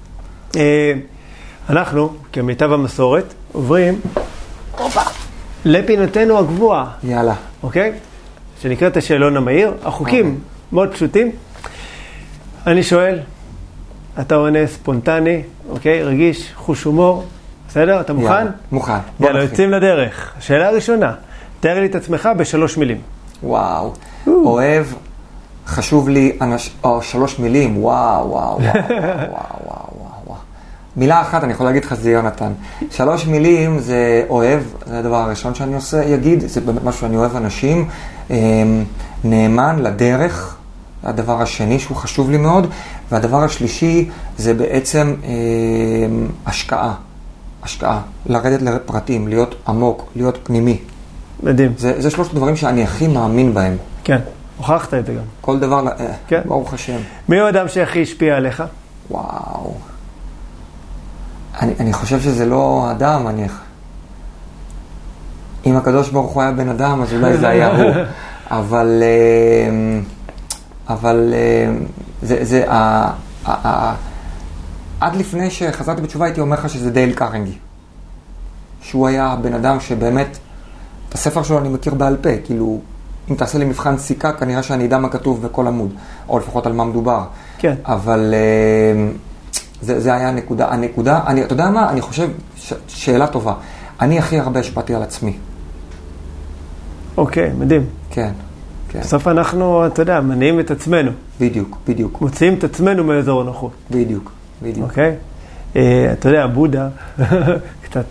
Speaker 1: אנחנו, כמיטב המסורת, עוברים אופה, לפינתנו הגבוהה.
Speaker 2: יאללה.
Speaker 1: אוקיי? שנקראת השאלון המהיר. החוקים אוקיי. מאוד פשוטים. אני שואל, אתה עונה ספונטני, אוקיי? רגיש, חוש הומור. בסדר? אתה מוכן?
Speaker 2: יאללה, מוכן.
Speaker 1: יאללה, יוצאים לדרך. שאלה ראשונה, תאר לי את עצמך בשלוש מילים.
Speaker 2: וואו. אוהב, חשוב לי, אנש... או, שלוש מילים. וואו, וואו, וואו, וואו, וואו, וואו. מילה אחת, אני יכול להגיד לך, זה יונתן. שלוש מילים זה אוהב, זה הדבר הראשון שאני עושה, יגיד, זה באמת משהו שאני אוהב אנשים. נאמן לדרך, הדבר השני שהוא חשוב לי מאוד, והדבר השלישי זה בעצם השקעה. השקעה, לרדת לפרטים, להיות עמוק, להיות פנימי.
Speaker 1: מדהים.
Speaker 2: זה, זה שלושת הדברים שאני הכי מאמין בהם.
Speaker 1: כן, הוכחת את זה גם.
Speaker 2: כל דבר,
Speaker 1: כן.
Speaker 2: ברוך השם.
Speaker 1: מי הוא האדם שהכי השפיע עליך?
Speaker 2: וואו. אני, אני חושב שזה לא אדם, אני... אם הקדוש ברוך הוא היה בן אדם, אז אולי זה היה הוא. אבל, אבל, זה, זה, ה, ה, ה, עד לפני שחזרתי בתשובה הייתי אומר לך שזה דייל קרנגי. שהוא היה בן אדם שבאמת, את הספר שלו אני מכיר בעל פה, כאילו, אם תעשה לי מבחן סיכה, כנראה שאני אדע מה כתוב בכל עמוד, או לפחות על מה מדובר.
Speaker 1: כן.
Speaker 2: אבל זה, זה היה הנקודה. הנקודה, אני, אתה יודע מה? אני חושב, ש, שאלה טובה. אני הכי הרבה השפעתי על עצמי.
Speaker 1: אוקיי, מדהים.
Speaker 2: כן. כן.
Speaker 1: בסוף אנחנו, אתה יודע, מניעים את עצמנו.
Speaker 2: בדיוק, בדיוק.
Speaker 1: מוציאים את עצמנו מאזור הנוחות.
Speaker 2: בדיוק, בדיוק.
Speaker 1: אוקיי? אתה יודע, בודה, קצת,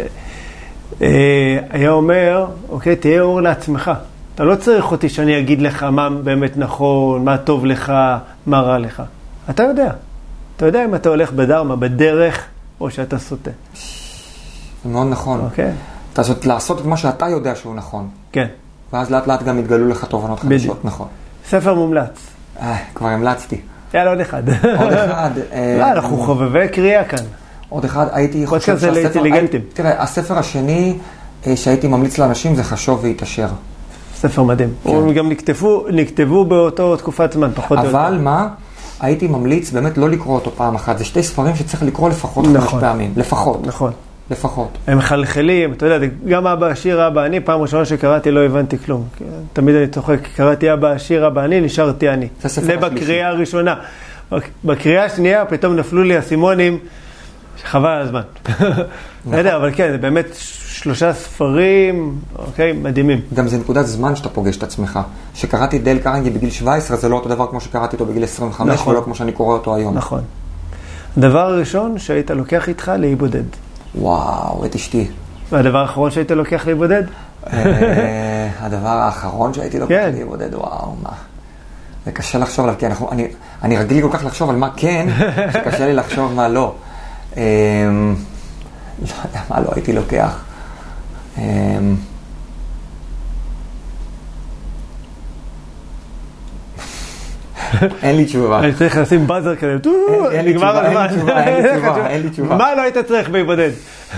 Speaker 1: היה אומר, אוקיי, תהיה אור לעצמך. אתה לא צריך אותי שאני אגיד לך מה באמת נכון, מה טוב לך, מה רע לך. אתה יודע. אתה יודע אם אתה הולך בדרמה, בדרך, או שאתה סוטה.
Speaker 2: זה מאוד נכון.
Speaker 1: אוקיי.
Speaker 2: אתה זאת לעשות את מה שאתה יודע שהוא נכון.
Speaker 1: כן.
Speaker 2: ואז לאט לאט גם יתגלו לך תובנות חדשות, נכון.
Speaker 1: ספר מומלץ.
Speaker 2: אה, כבר המלצתי.
Speaker 1: יאללה, עוד אחד.
Speaker 2: עוד אחד.
Speaker 1: לא, אנחנו חובבי קריאה כאן.
Speaker 2: עוד אחד, הייתי חושב
Speaker 1: שהספר... פודקאסט לאינטליגנטים.
Speaker 2: תראה, הספר השני שהייתי ממליץ לאנשים זה חשוב והתעשר. ספר
Speaker 1: מדהים. הם גם נכתבו באותו תקופת זמן, פחות או יותר.
Speaker 2: אבל מה? הייתי ממליץ באמת לא לקרוא אותו פעם אחת. זה שתי ספרים שצריך לקרוא לפחות חמש פעמים. לפחות.
Speaker 1: נכון.
Speaker 2: לפחות.
Speaker 1: הם מחלחלים, אתה יודע, גם אבא עשיר, אבא אני, פעם ראשונה שקראתי לא הבנתי כלום. תמיד אני צוחק, קראתי אבא עשיר, אבא אני, נשארתי אני. זה בקריאה הראשונה. בקריאה השנייה פתאום נפלו לי הסימונים, חבל על הזמן. לא יודע, אבל כן, זה באמת שלושה ספרים, אוקיי, מדהימים.
Speaker 2: גם זה נקודת זמן שאתה פוגש את עצמך. שקראתי דייל קרנגי בגיל שבע עשרה, זה לא אותו דבר כמו שקראתי אותו בגיל עשרים וחמש, ולא כמו שאני קורא אותו היום.
Speaker 1: נכון. הדבר הראשון שהיית לוקח איתך להיבודד.
Speaker 2: וואו, את אשתי.
Speaker 1: והדבר האחרון שהיית לוקח להיבודד?
Speaker 2: הדבר האחרון שהייתי לוקח להיבודד, וואו, מה? זה קשה לחשוב עליו, כי אני רגיל לי כל כך לחשוב על מה כן, שקשה לי לחשוב מה לא. לא יודע מה לא הייתי לוקח. אין לי תשובה.
Speaker 1: אני צריך לשים בזר כזה, נגמר הזמן.
Speaker 2: אין לי תשובה, אין לי תשובה.
Speaker 1: מה לא היית צריך בהיבודד?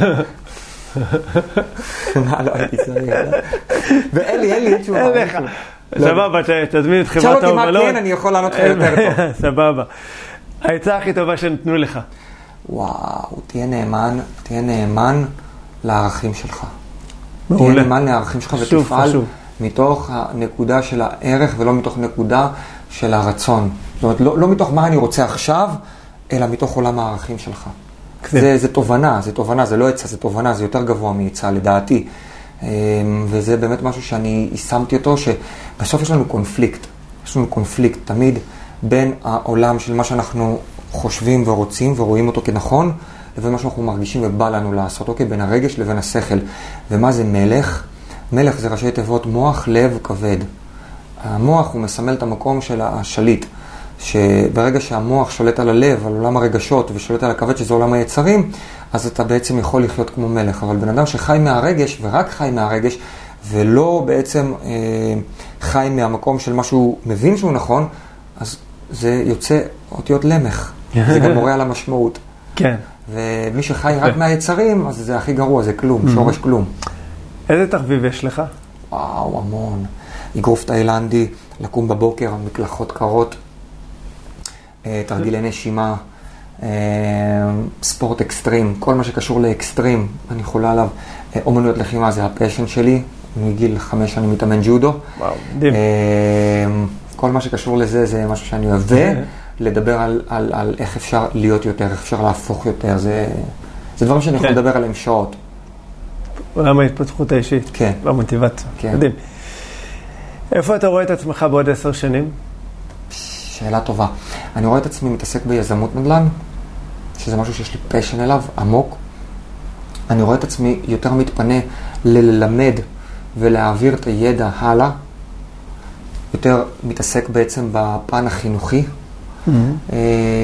Speaker 2: מה לא הייתי צריך? ואין לי, אין לי תשובה.
Speaker 1: אין לך. סבבה, תזמין את חברת
Speaker 2: האובלון. שאל אותי מה כן, אני יכול לענות לך יותר טוב.
Speaker 1: סבבה. העצה הכי טובה שנתנו לך.
Speaker 2: וואו, תהיה נאמן, תהיה נאמן לערכים שלך. תהיה נאמן לערכים שלך ותפעל מתוך הנקודה של הערך ולא מתוך נקודה של הרצון. זאת אומרת, לא, לא מתוך מה אני רוצה עכשיו, אלא מתוך עולם הערכים שלך. זה, זה תובנה, זה תובנה, זה לא עצה, זה תובנה, זה יותר גבוה מעצה, לדעתי. וזה באמת משהו שאני יישמתי אותו, שבסוף יש לנו קונפליקט. יש לנו קונפליקט תמיד בין העולם של מה שאנחנו חושבים ורוצים ורואים אותו כנכון, לבין מה שאנחנו מרגישים ובא לנו לעשות, אוקיי? בין הרגש לבין השכל. ומה זה מלך? מלך זה ראשי תיבות מוח, לב, כבד. המוח הוא מסמל את המקום של השליט, שברגע שהמוח שולט על הלב, על עולם הרגשות ושולט על הכבד, שזה עולם היצרים, אז אתה בעצם יכול לחיות כמו מלך. אבל בן אדם שחי מהרגש ורק חי מהרגש, ולא בעצם אה, חי מהמקום של מה שהוא מבין שהוא נכון, אז זה יוצא אותיות למך. זה גם מורה על המשמעות.
Speaker 1: כן.
Speaker 2: ומי שחי רק מהיצרים, אז זה הכי גרוע, זה כלום, שורש כלום.
Speaker 1: איזה תחביב יש לך?
Speaker 2: וואו, המון. אגרוף תאילנדי, לקום בבוקר, מקלחות קרות, תרגילי נשימה, ספורט אקסטרים, כל מה שקשור לאקסטרים, אני יכולה עליו. אומנויות לחימה זה הפשן שלי, מגיל חמש אני מתאמן ג'ודו.
Speaker 1: וואו, מדהים.
Speaker 2: כל מה שקשור לזה זה משהו שאני אוהב. ולדבר על, על, על איך אפשר להיות יותר, איך אפשר להפוך יותר, זה, זה דברים שאני יכול לדבר עליהם שעות.
Speaker 1: עולם ההתפתחות האישית.
Speaker 2: כן.
Speaker 1: והמוטיבציה.
Speaker 2: כן.
Speaker 1: מדהים. איפה אתה רואה את עצמך בעוד עשר שנים?
Speaker 2: שאלה טובה. אני רואה את עצמי מתעסק ביזמות נדל"ן, שזה משהו שיש לי פשן אליו, עמוק. אני רואה את עצמי יותר מתפנה ללמד ולהעביר את הידע הלאה. יותר מתעסק בעצם בפן החינוכי. Mm-hmm.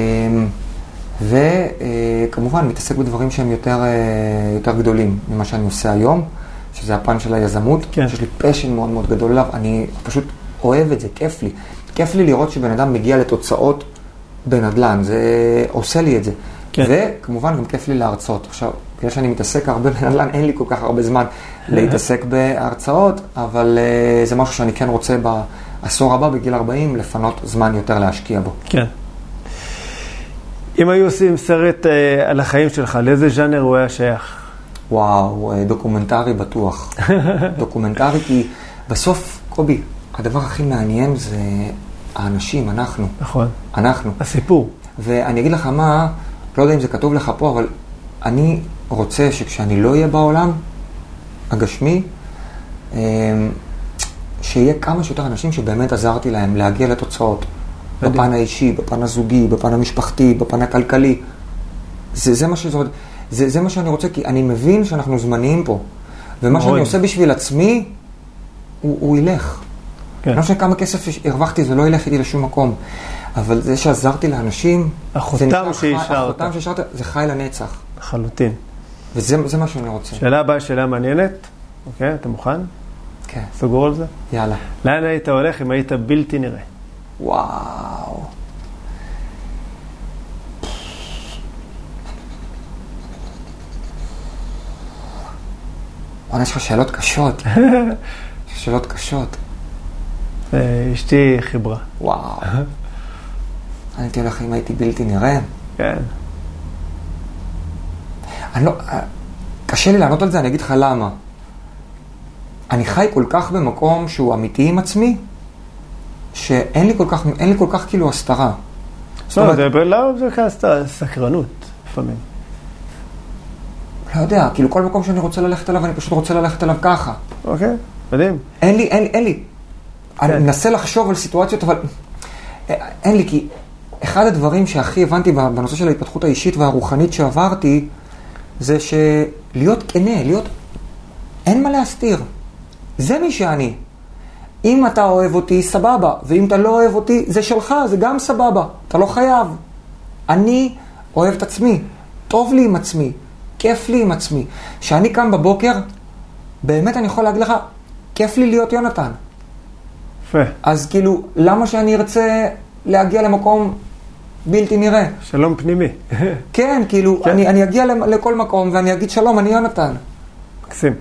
Speaker 2: וכמובן מתעסק בדברים שהם יותר, יותר גדולים ממה שאני עושה היום, שזה הפן של היזמות. כן. שיש לי פשן מאוד מאוד גדול אליו. אני פשוט אוהב את זה, כיף לי. כיף לי לראות שבן אדם מגיע לתוצאות בנדל"ן, זה עושה לי את זה. כן. וכמובן גם כיף לי להרצאות. עכשיו, בגלל שאני מתעסק הרבה בנדל"ן, אין לי כל כך הרבה זמן להתעסק בהרצאות, אבל uh, זה משהו שאני כן רוצה בעשור הבא, בגיל ארבעים, לפנות זמן יותר להשקיע בו.
Speaker 1: כן. אם היו עושים סרט uh, על החיים שלך, לאיזה ז'אנר הוא היה שייך?
Speaker 2: וואו, דוקומנטרי בטוח. דוקומנטרי, כי בסוף, קובי, הדבר הכי מעניין זה האנשים, אנחנו.
Speaker 1: נכון.
Speaker 2: אנחנו.
Speaker 1: הסיפור.
Speaker 2: ואני אגיד לך מה, לא יודע אם זה כתוב לך פה, אבל אני רוצה שכשאני לא אהיה בעולם הגשמי, שיהיה כמה שיותר אנשים שבאמת עזרתי להם להגיע לתוצאות. בפן האישי, בפן הזוגי, בפן המשפחתי, בפן הכלכלי. זה, זה, מה שזה, זה, זה מה שאני רוצה, כי אני מבין שאנחנו זמניים פה. ומה שאני עושה בשביל עצמי, הוא, הוא ילך. כן. לא משנה כמה כסף הרווחתי, זה לא ילך איתי לשום מקום. אבל זה שעזרתי לאנשים,
Speaker 1: החותם שהשארת.
Speaker 2: החותם שהשארת, זה חי לנצח.
Speaker 1: לחלוטין.
Speaker 2: וזה זה מה שאני רוצה.
Speaker 1: שאלה הבאה, שאלה מעניינת. אוקיי, אתה מוכן?
Speaker 2: כן.
Speaker 1: סגור על זה?
Speaker 2: יאללה.
Speaker 1: לאן היית הולך אם היית בלתי נראה?
Speaker 2: וואו. וואלה, יש לך שאלות קשות. שאלות קשות.
Speaker 1: אשתי חיברה.
Speaker 2: וואו. אני הייתי הולך אם הייתי בלתי נראה.
Speaker 1: כן.
Speaker 2: אני לא... קשה לי לענות על זה, אני אגיד לך למה. אני חי כל כך במקום שהוא אמיתי עם עצמי, שאין לי כל כך, אין לי כל כך כאילו הסתרה.
Speaker 1: לא, זה לא, זה כזה סקרנות, לפעמים.
Speaker 2: לא יודע, כאילו כל מקום שאני רוצה ללכת אליו, אני פשוט רוצה ללכת אליו ככה.
Speaker 1: אוקיי, מדהים.
Speaker 2: אין לי, אין לי, אין לי. אני מנסה לחשוב על סיטואציות, אבל אין לי, כי אחד הדברים שהכי הבנתי בנושא של ההתפתחות האישית והרוחנית שעברתי, זה שלהיות כנה, להיות... אין מה להסתיר. זה מי שאני. אם אתה אוהב אותי, סבבה. ואם אתה לא אוהב אותי, זה שלך, זה גם סבבה. אתה לא חייב. אני אוהב את עצמי. טוב לי עם עצמי. כיף לי עם עצמי. כשאני קם בבוקר, באמת אני יכול להגיד לך, כיף לי להיות יונתן.
Speaker 1: יפה.
Speaker 2: אז כאילו, למה שאני ארצה להגיע למקום בלתי נראה?
Speaker 1: שלום פנימי.
Speaker 2: כן, כאילו, כן. אני, אני אגיע לכל מקום ואני אגיד שלום, אני יונתן.
Speaker 1: מקסים.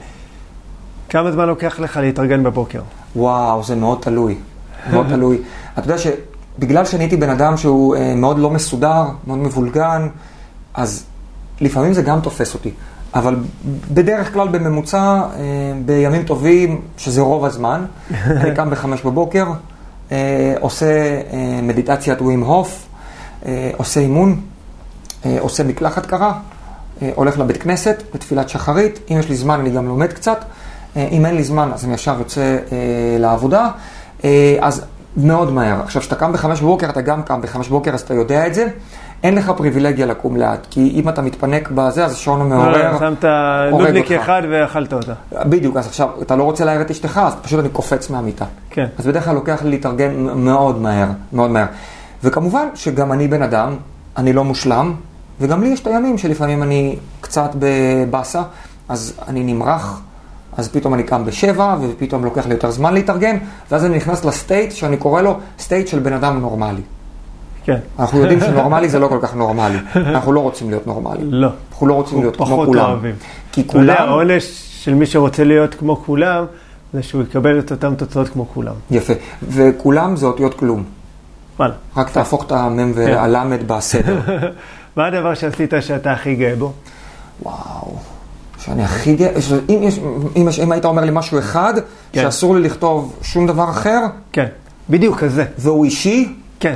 Speaker 1: כמה זמן לוקח לך להתארגן בבוקר?
Speaker 2: וואו, זה מאוד תלוי. מאוד תלוי. אתה יודע שבגלל שאני הייתי בן אדם שהוא אה, מאוד לא מסודר, מאוד מבולגן, אז לפעמים זה גם תופס אותי. אבל בדרך כלל בממוצע, אה, בימים טובים, שזה רוב הזמן, אני קם בחמש בבוקר, אה, עושה אה, מדיטציית ווים הוף, אה, עושה אימון, אה, עושה מקלחת קרה, אה, הולך לבית כנסת, לתפילת שחרית. אם יש לי זמן, אני גם לומד קצת. אה, אם אין לי זמן, אז אני ישר יוצא אה, לעבודה. אה, אז מאוד מהר. עכשיו, כשאתה קם בחמש בבוקר, אתה גם קם בחמש בבוקר, אז אתה יודע את זה. אין לך פריבילגיה לקום לאט, כי אם אתה מתפנק בזה, אז השעון המעורר
Speaker 1: שמת נודניק אחד ואכלת אותה.
Speaker 2: בדיוק, אז עכשיו, אתה לא רוצה להעיר את אשתך, אז פשוט אני קופץ מהמיטה.
Speaker 1: כן.
Speaker 2: אז בדרך כלל לוקח לי להתארגן מאוד מהר, מאוד מהר. וכמובן שגם אני בן אדם, אני לא מושלם, וגם לי יש את הימים שלפעמים אני קצת בבאסה, אז אני נמרח, אז פתאום אני קם בשבע, ופתאום לוקח לי יותר זמן להתארגן, ואז אני נכנס לסטייט שאני קורא לו סטייט של בן אדם נורמלי.
Speaker 1: כן.
Speaker 2: אנחנו יודעים שנורמלי זה לא כל כך נורמלי. אנחנו לא רוצים להיות נורמלי.
Speaker 1: לא.
Speaker 2: אנחנו לא רוצים להיות כמו כולם.
Speaker 1: פחות אוהבים.
Speaker 2: כי כולם...
Speaker 1: אתה יודע, העונש של מי שרוצה להיות כמו כולם, זה שהוא יקבל את אותם תוצאות כמו כולם.
Speaker 2: יפה. וכולם זה אותיות כלום.
Speaker 1: וואלה.
Speaker 2: רק תהפוך את המם והלמד בסדר.
Speaker 1: מה הדבר שעשית שאתה הכי גאה בו?
Speaker 2: וואו. שאני הכי גאה... אם, יש, אם, יש, אם היית אומר לי משהו אחד, כן. שאסור לי לכתוב שום דבר אחר...
Speaker 1: כן. בדיוק כזה.
Speaker 2: והוא אישי...
Speaker 1: כן.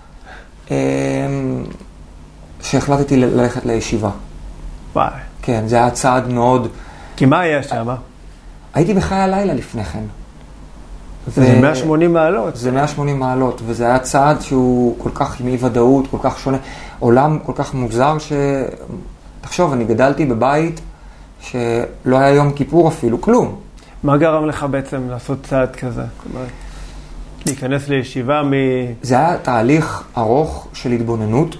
Speaker 2: שהחלטתי ללכת לישיבה.
Speaker 1: וואי.
Speaker 2: כן, זה היה צעד מאוד...
Speaker 1: כי מה היה שם?
Speaker 2: הייתי בחיי הלילה לפני כן.
Speaker 1: זה מאה ושמונים מעלות.
Speaker 2: זה מאה ושמונים מעלות, וזה היה צעד שהוא כל כך עם אי ודאות, כל כך שונה. עולם כל כך מוזר ש... תחשוב, אני גדלתי בבית שלא היה יום כיפור אפילו, כלום.
Speaker 1: מה גרם לך בעצם לעשות צעד כזה? כלומר... להיכנס לישיבה מ...
Speaker 2: זה היה תהליך ארוך של התבוננות.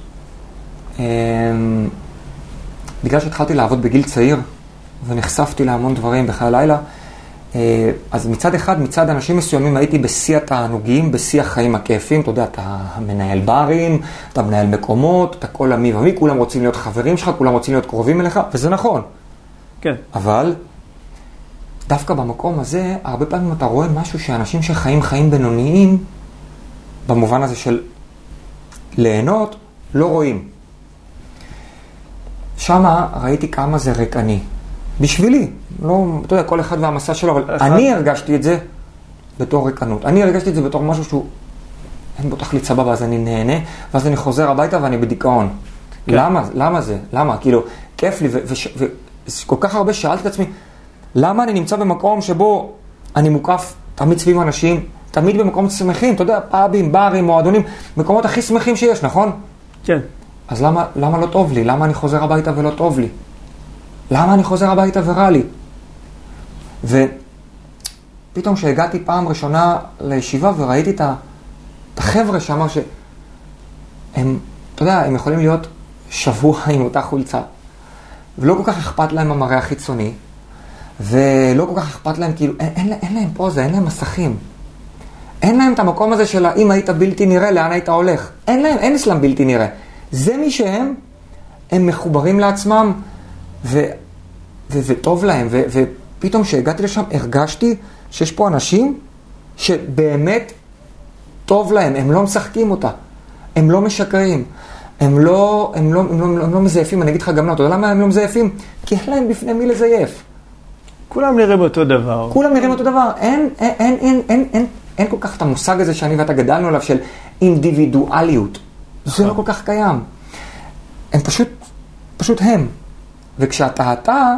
Speaker 2: בגלל שהתחלתי לעבוד בגיל צעיר, ונחשפתי להמון דברים בחיי הלילה, אז מצד אחד, מצד אנשים מסוימים, הייתי בשיא התענוגים, בשיא החיים הכיפים. אתה יודע, אתה מנהל ברים, אתה מנהל מקומות, אתה כל עמי ומי, כולם רוצים להיות חברים שלך, כולם רוצים להיות קרובים אליך, וזה נכון.
Speaker 1: כן.
Speaker 2: אבל... דווקא במקום הזה, הרבה פעמים אתה רואה משהו שאנשים שחיים חיים בינוניים, במובן הזה של ליהנות, לא רואים. שמה ראיתי כמה זה ריקני. בשבילי, לא, אתה יודע, כל אחד והמסע שלו, אבל אחד. אני הרגשתי את זה בתור ריקנות. אני הרגשתי את זה בתור משהו שהוא, אין בו תכלית סבבה, אז אני נהנה, ואז אני חוזר הביתה ואני בדיכאון. כן. למה? למה זה? למה? כאילו, כיף לי, וכל כך הרבה שאלתי את עצמי, למה אני נמצא במקום שבו אני מוקף תמיד סביב אנשים, תמיד במקום שמחים, אתה יודע, פאבים, ברים, מועדונים, מקומות הכי שמחים שיש, נכון?
Speaker 1: כן.
Speaker 2: אז למה, למה לא טוב לי? למה אני חוזר הביתה ולא טוב לי? למה אני חוזר הביתה ורע לי? ופתאום שהגעתי פעם ראשונה לישיבה וראיתי את החבר'ה שאמר שהם, אתה יודע, הם יכולים להיות שבוע עם אותה חולצה. ולא כל כך אכפת להם המראה החיצוני, ולא כל כך אכפת להם, כאילו, אין, אין, אין להם פוזה, אין להם מסכים. אין להם את המקום הזה של אם היית בלתי נראה, לאן היית הולך. אין להם, אין אצלם בלתי נראה. זה מי שהם, הם מחוברים לעצמם, ו, ו, וטוב להם. ו, ופתאום שהגעתי לשם, הרגשתי שיש פה אנשים שבאמת טוב להם, הם לא משחקים אותה. הם לא משקרים. הם לא, הם לא, הם לא, הם לא מזייפים. אני אגיד לך גם לא, אתה יודע למה הם לא מזייפים? כי אין להם בפני מי לזייף.
Speaker 1: כולם נראים אותו דבר.
Speaker 2: כולם נראים אותו דבר. אין, אין, אין, אין, אין, אין, אין כל כך את המושג הזה שאני ואתה גדלנו עליו של אינדיבידואליות. זה לא כל כך קיים. הם פשוט, פשוט הם. וכשאתה אתה,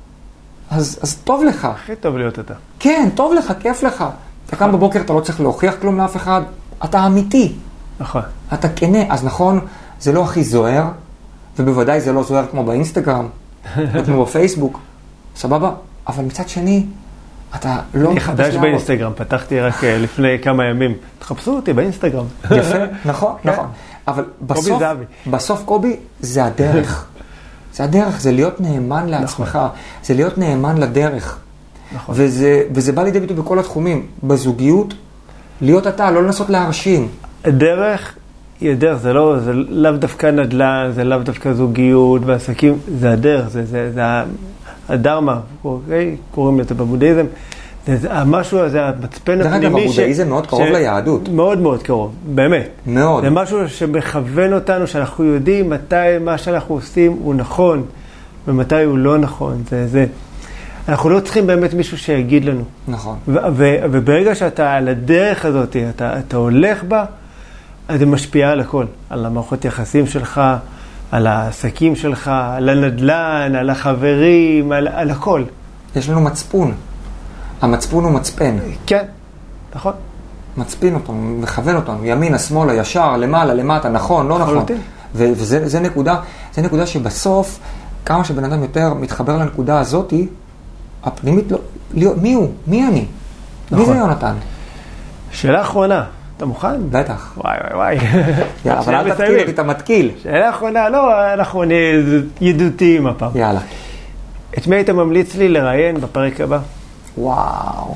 Speaker 2: אז, אז טוב לך.
Speaker 1: הכי טוב להיות אתה.
Speaker 2: כן, טוב לך, כיף לך. אתה קם בבוקר, אתה לא צריך להוכיח כלום לאף אחד. אתה אמיתי.
Speaker 1: נכון.
Speaker 2: אתה כנה. אז נכון, זה לא הכי זוהר, ובוודאי זה לא זוהר כמו באינסטגרם, או כמו בפייסבוק. סבבה? אבל מצד שני, אתה לא...
Speaker 1: אני חדש באינסטגרם, פתחתי רק לפני כמה ימים. תחפשו אותי באינסטגרם.
Speaker 2: יפה, נכון, נכון. אבל בסוף, בסוף קובי, זה הדרך. זה הדרך, זה להיות נאמן לעצמך. זה להיות נאמן לדרך.
Speaker 1: נכון.
Speaker 2: וזה, וזה בא לידי ביטוי בכל התחומים. בזוגיות, להיות אתה, לא לנסות להרשים.
Speaker 1: הדרך היא הדרך, זה לא, זה לאו דווקא נדל"ן, זה לאו דווקא זוגיות ועסקים, זה הדרך, זה, זה, זה הדרמה, אוקיי? קוראים לזה בבודהיזם. זה, זה המשהו הזה, המצפן הפנימי.
Speaker 2: דרך אגב, הבודהיזם מאוד קרוב ליהדות.
Speaker 1: מאוד מאוד קרוב, באמת.
Speaker 2: מאוד.
Speaker 1: זה משהו שמכוון אותנו, שאנחנו יודעים מתי מה שאנחנו עושים הוא נכון, ומתי הוא לא נכון. זה, זה, אנחנו לא צריכים באמת מישהו שיגיד לנו.
Speaker 2: נכון.
Speaker 1: ו- ו- וברגע שאתה על הדרך הזאת, אתה, אתה הולך בה, אז זה משפיע על הכל. על המערכות יחסים שלך, על העסקים שלך, על הנדל"ן, על החברים, על, על הכל.
Speaker 2: יש לנו מצפון. המצפון הוא מצפן.
Speaker 1: כן, נכון.
Speaker 2: מצפין אותו, מכוון אותנו, ימינה, שמאלה, ישר, למעלה, למטה, נכון, לא נכון. ו- וזה זה נקודה, זה נקודה שבסוף, כמה שבן אדם יותר מתחבר לנקודה הזאת, הפנימית לא, לא, מי הוא? מי אני? נכון. מי זה יונתן?
Speaker 1: שאלה אחרונה. אתה מוכן?
Speaker 2: בטח.
Speaker 1: וואי וואי וואי.
Speaker 2: יאללה, אבל אל תתקיל אותי, אתה מתקיל.
Speaker 1: שאלה אחרונה, לא, אנחנו ידידותיים הפעם.
Speaker 2: יאללה.
Speaker 1: את מי היית ממליץ לי לראיין בפרק הבא?
Speaker 2: וואו.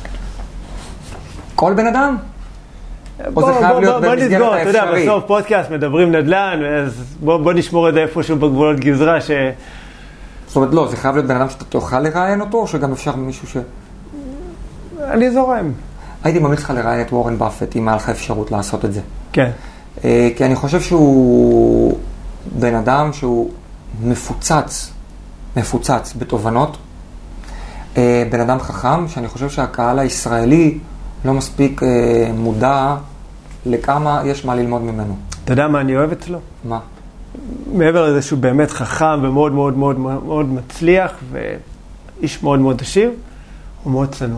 Speaker 2: כל בן אדם?
Speaker 1: בוא, בוא, בוא, בוא נסגור, אתה יודע, בסוף פודקאסט מדברים נדל"ן, אז בוא, בוא נשמור את זה איפשהו בגבולות גזרה ש...
Speaker 2: זאת אומרת, לא, זה חייב להיות בן אדם שאתה תוכל לראיין אותו, או שגם אפשר מישהו ש...
Speaker 1: אני זורם.
Speaker 2: הייתי ממליץ לך לראיין את וורן באפט, אם היה לך אפשרות לעשות את זה.
Speaker 1: כן.
Speaker 2: כי אני חושב שהוא בן אדם שהוא מפוצץ, מפוצץ בתובנות. בן אדם חכם, שאני חושב שהקהל הישראלי לא מספיק מודע לכמה יש מה ללמוד ממנו.
Speaker 1: אתה יודע מה אני אוהב אצלו?
Speaker 2: מה?
Speaker 1: מעבר לזה שהוא באמת חכם ומאוד מאוד מאוד מאוד מצליח, ואיש מאוד מאוד עשיר, הוא מאוד צנוע.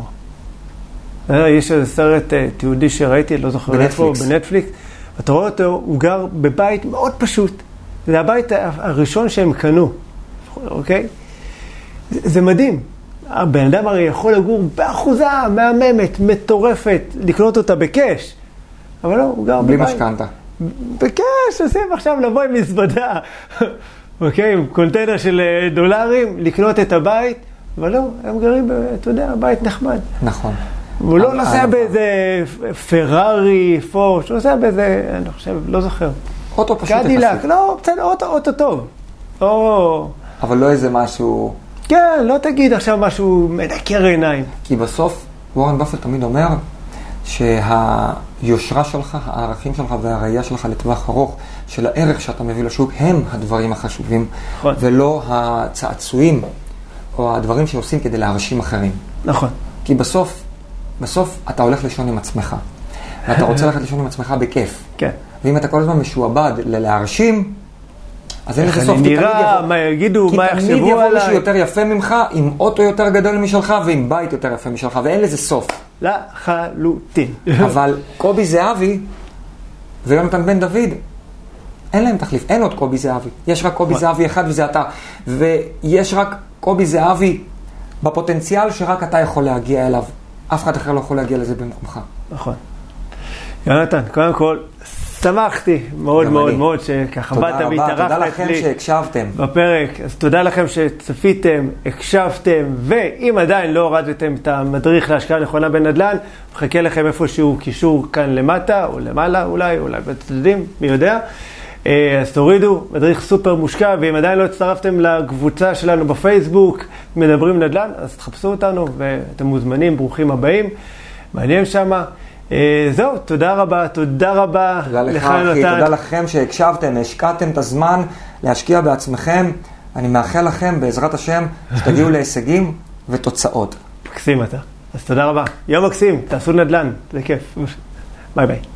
Speaker 1: יש איזה סרט תיעודי שראיתי, לא זוכר איפה, בנטפליקס. אתה רואה אותו, הוא גר בבית מאוד פשוט. זה הבית הראשון שהם קנו, אוקיי? זה מדהים. הבן אדם הרי יכול לגור באחוזה מהממת, מטורפת, לקנות אותה בקש. אבל לא, הוא גר
Speaker 2: בלי
Speaker 1: בבית.
Speaker 2: בלי משכנתה.
Speaker 1: בקש, עושים עכשיו לבוא עם מזוודה, אוקיי? עם קונטיינר של דולרים, לקנות את הבית. אבל לא, הם גרים, אתה יודע, בית נחמד.
Speaker 2: נכון.
Speaker 1: הוא לא נוסע באיזה פרארי, פורש, הוא נוסע באיזה, אני חושב, לא זוכר.
Speaker 2: אוטו פשוט יחסית.
Speaker 1: קדילק, לא, בסדר, אוטו, אוטו טוב. או...
Speaker 2: אבל לא איזה משהו...
Speaker 1: כן, לא תגיד עכשיו משהו מדקר עיניים.
Speaker 2: כי בסוף, וורן באפט תמיד אומר שהיושרה שלך, הערכים שלך והראייה שלך לטווח ארוך, של הערך שאתה מביא לשוק, הם הדברים החשובים,
Speaker 1: נכון.
Speaker 2: ולא הצעצועים, או הדברים שעושים כדי להרשים אחרים.
Speaker 1: נכון.
Speaker 2: כי בסוף, בסוף אתה הולך לישון עם עצמך, ואתה רוצה ללכת לישון עם עצמך בכיף.
Speaker 1: כן.
Speaker 2: ואם אתה כל הזמן משועבד ללהרשים, אז אין לזה סוף.
Speaker 1: איך אני נראה, מה יגידו, מה יחשבו עליי.
Speaker 2: כי תמיד יבוא מישהו יותר יפה ממך, עם אוטו יותר גדול משלך, ועם בית יותר יפה משלך, ואין לזה סוף.
Speaker 1: לחלוטין.
Speaker 2: אבל קובי זהבי ויונתן בן דוד, אין להם תחליף, אין עוד קובי זהבי. יש רק קובי זהבי אחד וזה אתה. ויש רק קובי זהבי בפוטנציאל שרק אתה יכול להגיע אליו. אף אחד אחר לא יכול להגיע לזה במקומך.
Speaker 1: נכון. יונתן, קודם כל, שמחתי מאוד מאוד
Speaker 2: אני.
Speaker 1: מאוד שככה באת והתארחת אצלי.
Speaker 2: תודה לכם שהקשבתם.
Speaker 1: בפרק, אז תודה לכם שצפיתם, הקשבתם, ואם עדיין לא הורדתם את המדריך להשקעה נכונה בנדל"ן, מחכה לכם איפשהו קישור כאן למטה, או למעלה אולי, אולי בצדדים, מי יודע. אז תורידו, מדריך סופר מושקע, ואם עדיין לא הצטרפתם לקבוצה שלנו בפייסבוק, מדברים נדל"ן, אז תחפשו אותנו, ואתם מוזמנים, ברוכים הבאים, מעניין שמה. זהו, תודה רבה, תודה רבה.
Speaker 2: תודה לך, אחי, תודה לכם שהקשבתם, השקעתם את הזמן להשקיע בעצמכם. אני מאחל לכם, בעזרת השם, שתגיעו להישגים ותוצאות.
Speaker 1: מקסים אתה. אז תודה רבה. יום מקסים, תעשו נדל"ן, זה כיף. ביי ביי.